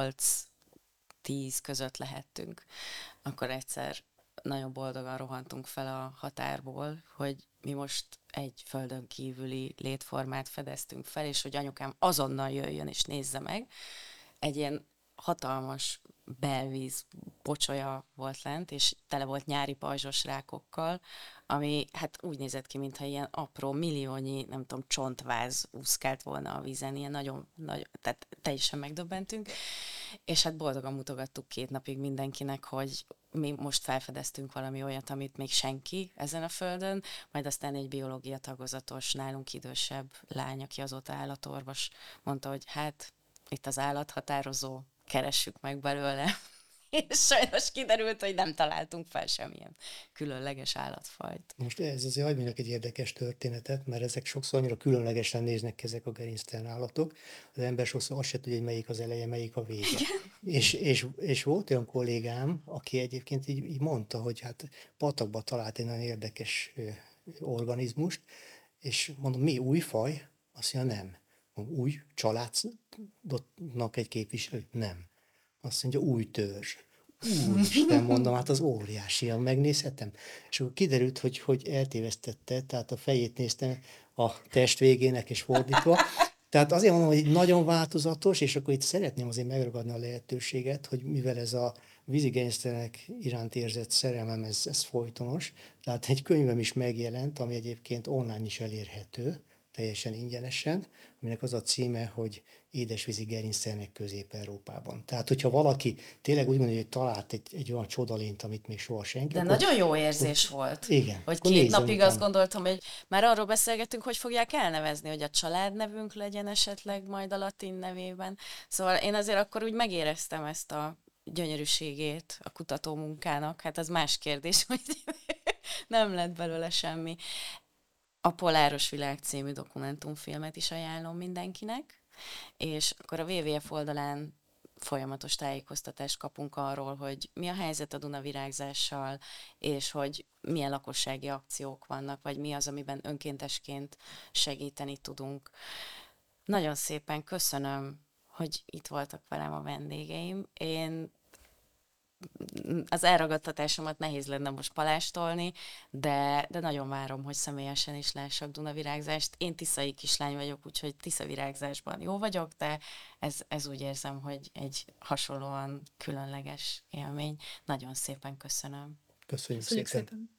nyolc-tíz között lehettünk. Akkor egyszer nagyon boldogan rohantunk fel a határból, hogy mi most egy földön kívüli létformát fedeztünk fel, és hogy anyukám azonnal jöjjön és nézze meg. Egy ilyen hatalmas belvíz pocsolya volt lent, és tele volt nyári pajzsos rákokkal, ami hát úgy nézett ki, mintha ilyen apró, milliónyi, nem tudom, csontváz úszkált volna a vízen, ilyen nagyon, nagyon, tehát teljesen megdöbbentünk, és hát boldogan mutogattuk két napig mindenkinek, hogy mi most felfedeztünk valami olyat, amit még senki ezen a földön, majd aztán egy biológia tagozatos, nálunk idősebb lány, aki azóta állatorvos, mondta, hogy hát itt az állathatározó, keressük meg belőle. És sajnos kiderült, hogy nem találtunk fel semmilyen különleges állatfajt. Most ez azért hagyj mondjak egy érdekes történetet, mert ezek sokszor annyira különlegesen néznek ki ezek a gerinctelen állatok. Az ember sokszor azt se tudja, hogy melyik az eleje, melyik a vége. És, és, és volt olyan kollégám, aki egyébként így, így mondta, hogy hát patakba talált egy nagyon érdekes organizmust, és mondom, mi új faj? Azt mondja, nem. Mondom, új családnak egy képviselő? Nem. Azt mondja, új törzs. Úristen, mondom, hát az óriási, megnézhetem. És akkor kiderült, hogy, hogy eltévesztette, tehát a fejét néztem a test végének és fordítva. Tehát azért mondom, hogy nagyon változatos, és akkor itt szeretném azért megragadni a lehetőséget, hogy mivel ez a vízigerinctelenek iránt érzett szerelmem, ez, ez folytonos. Tehát egy könyvem is megjelent, ami egyébként online is elérhető, teljesen ingyenesen, aminek az a címe, hogy Édesvízi gerinctelenek Közép-Európában. Tehát, hogyha valaki tényleg úgy mondja, hogy talált egy, egy olyan csodalényt, amit még soha senki. De akkor, nagyon jó érzés akkor, volt. Igen. Hogy két napig azt gondoltam, hogy már arról beszélgetünk, hogy fogják elnevezni, hogy a családnevünk legyen esetleg majd a latin nevében. Szóval én azért akkor úgy megéreztem ezt a gyönyörűségét a kutatómunkának. Hát az más kérdés, hogy nem lett belőle semmi. A Poláros Világ című dokumentumfilmet is ajánlom mindenkinek, és akkor a dupla vé vé ef oldalán folyamatos tájékoztatást kapunk arról, hogy mi a helyzet a Dunavirágzással, és hogy milyen lakossági akciók vannak, vagy mi az, amiben önkéntesként segíteni tudunk. Nagyon szépen köszönöm, hogy itt voltak velem a vendégeim. Én az elragadtatásomat nehéz lenne most palástolni, de, de nagyon várom, hogy személyesen is lássak Dunavirágzást. Én tiszai kislány vagyok, úgyhogy tiszavirágzásban jó vagyok, de ez, ez úgy érzem, hogy egy hasonlóan különleges élmény. Nagyon szépen köszönöm. Köszönjük, Köszönjük szépen. szépen.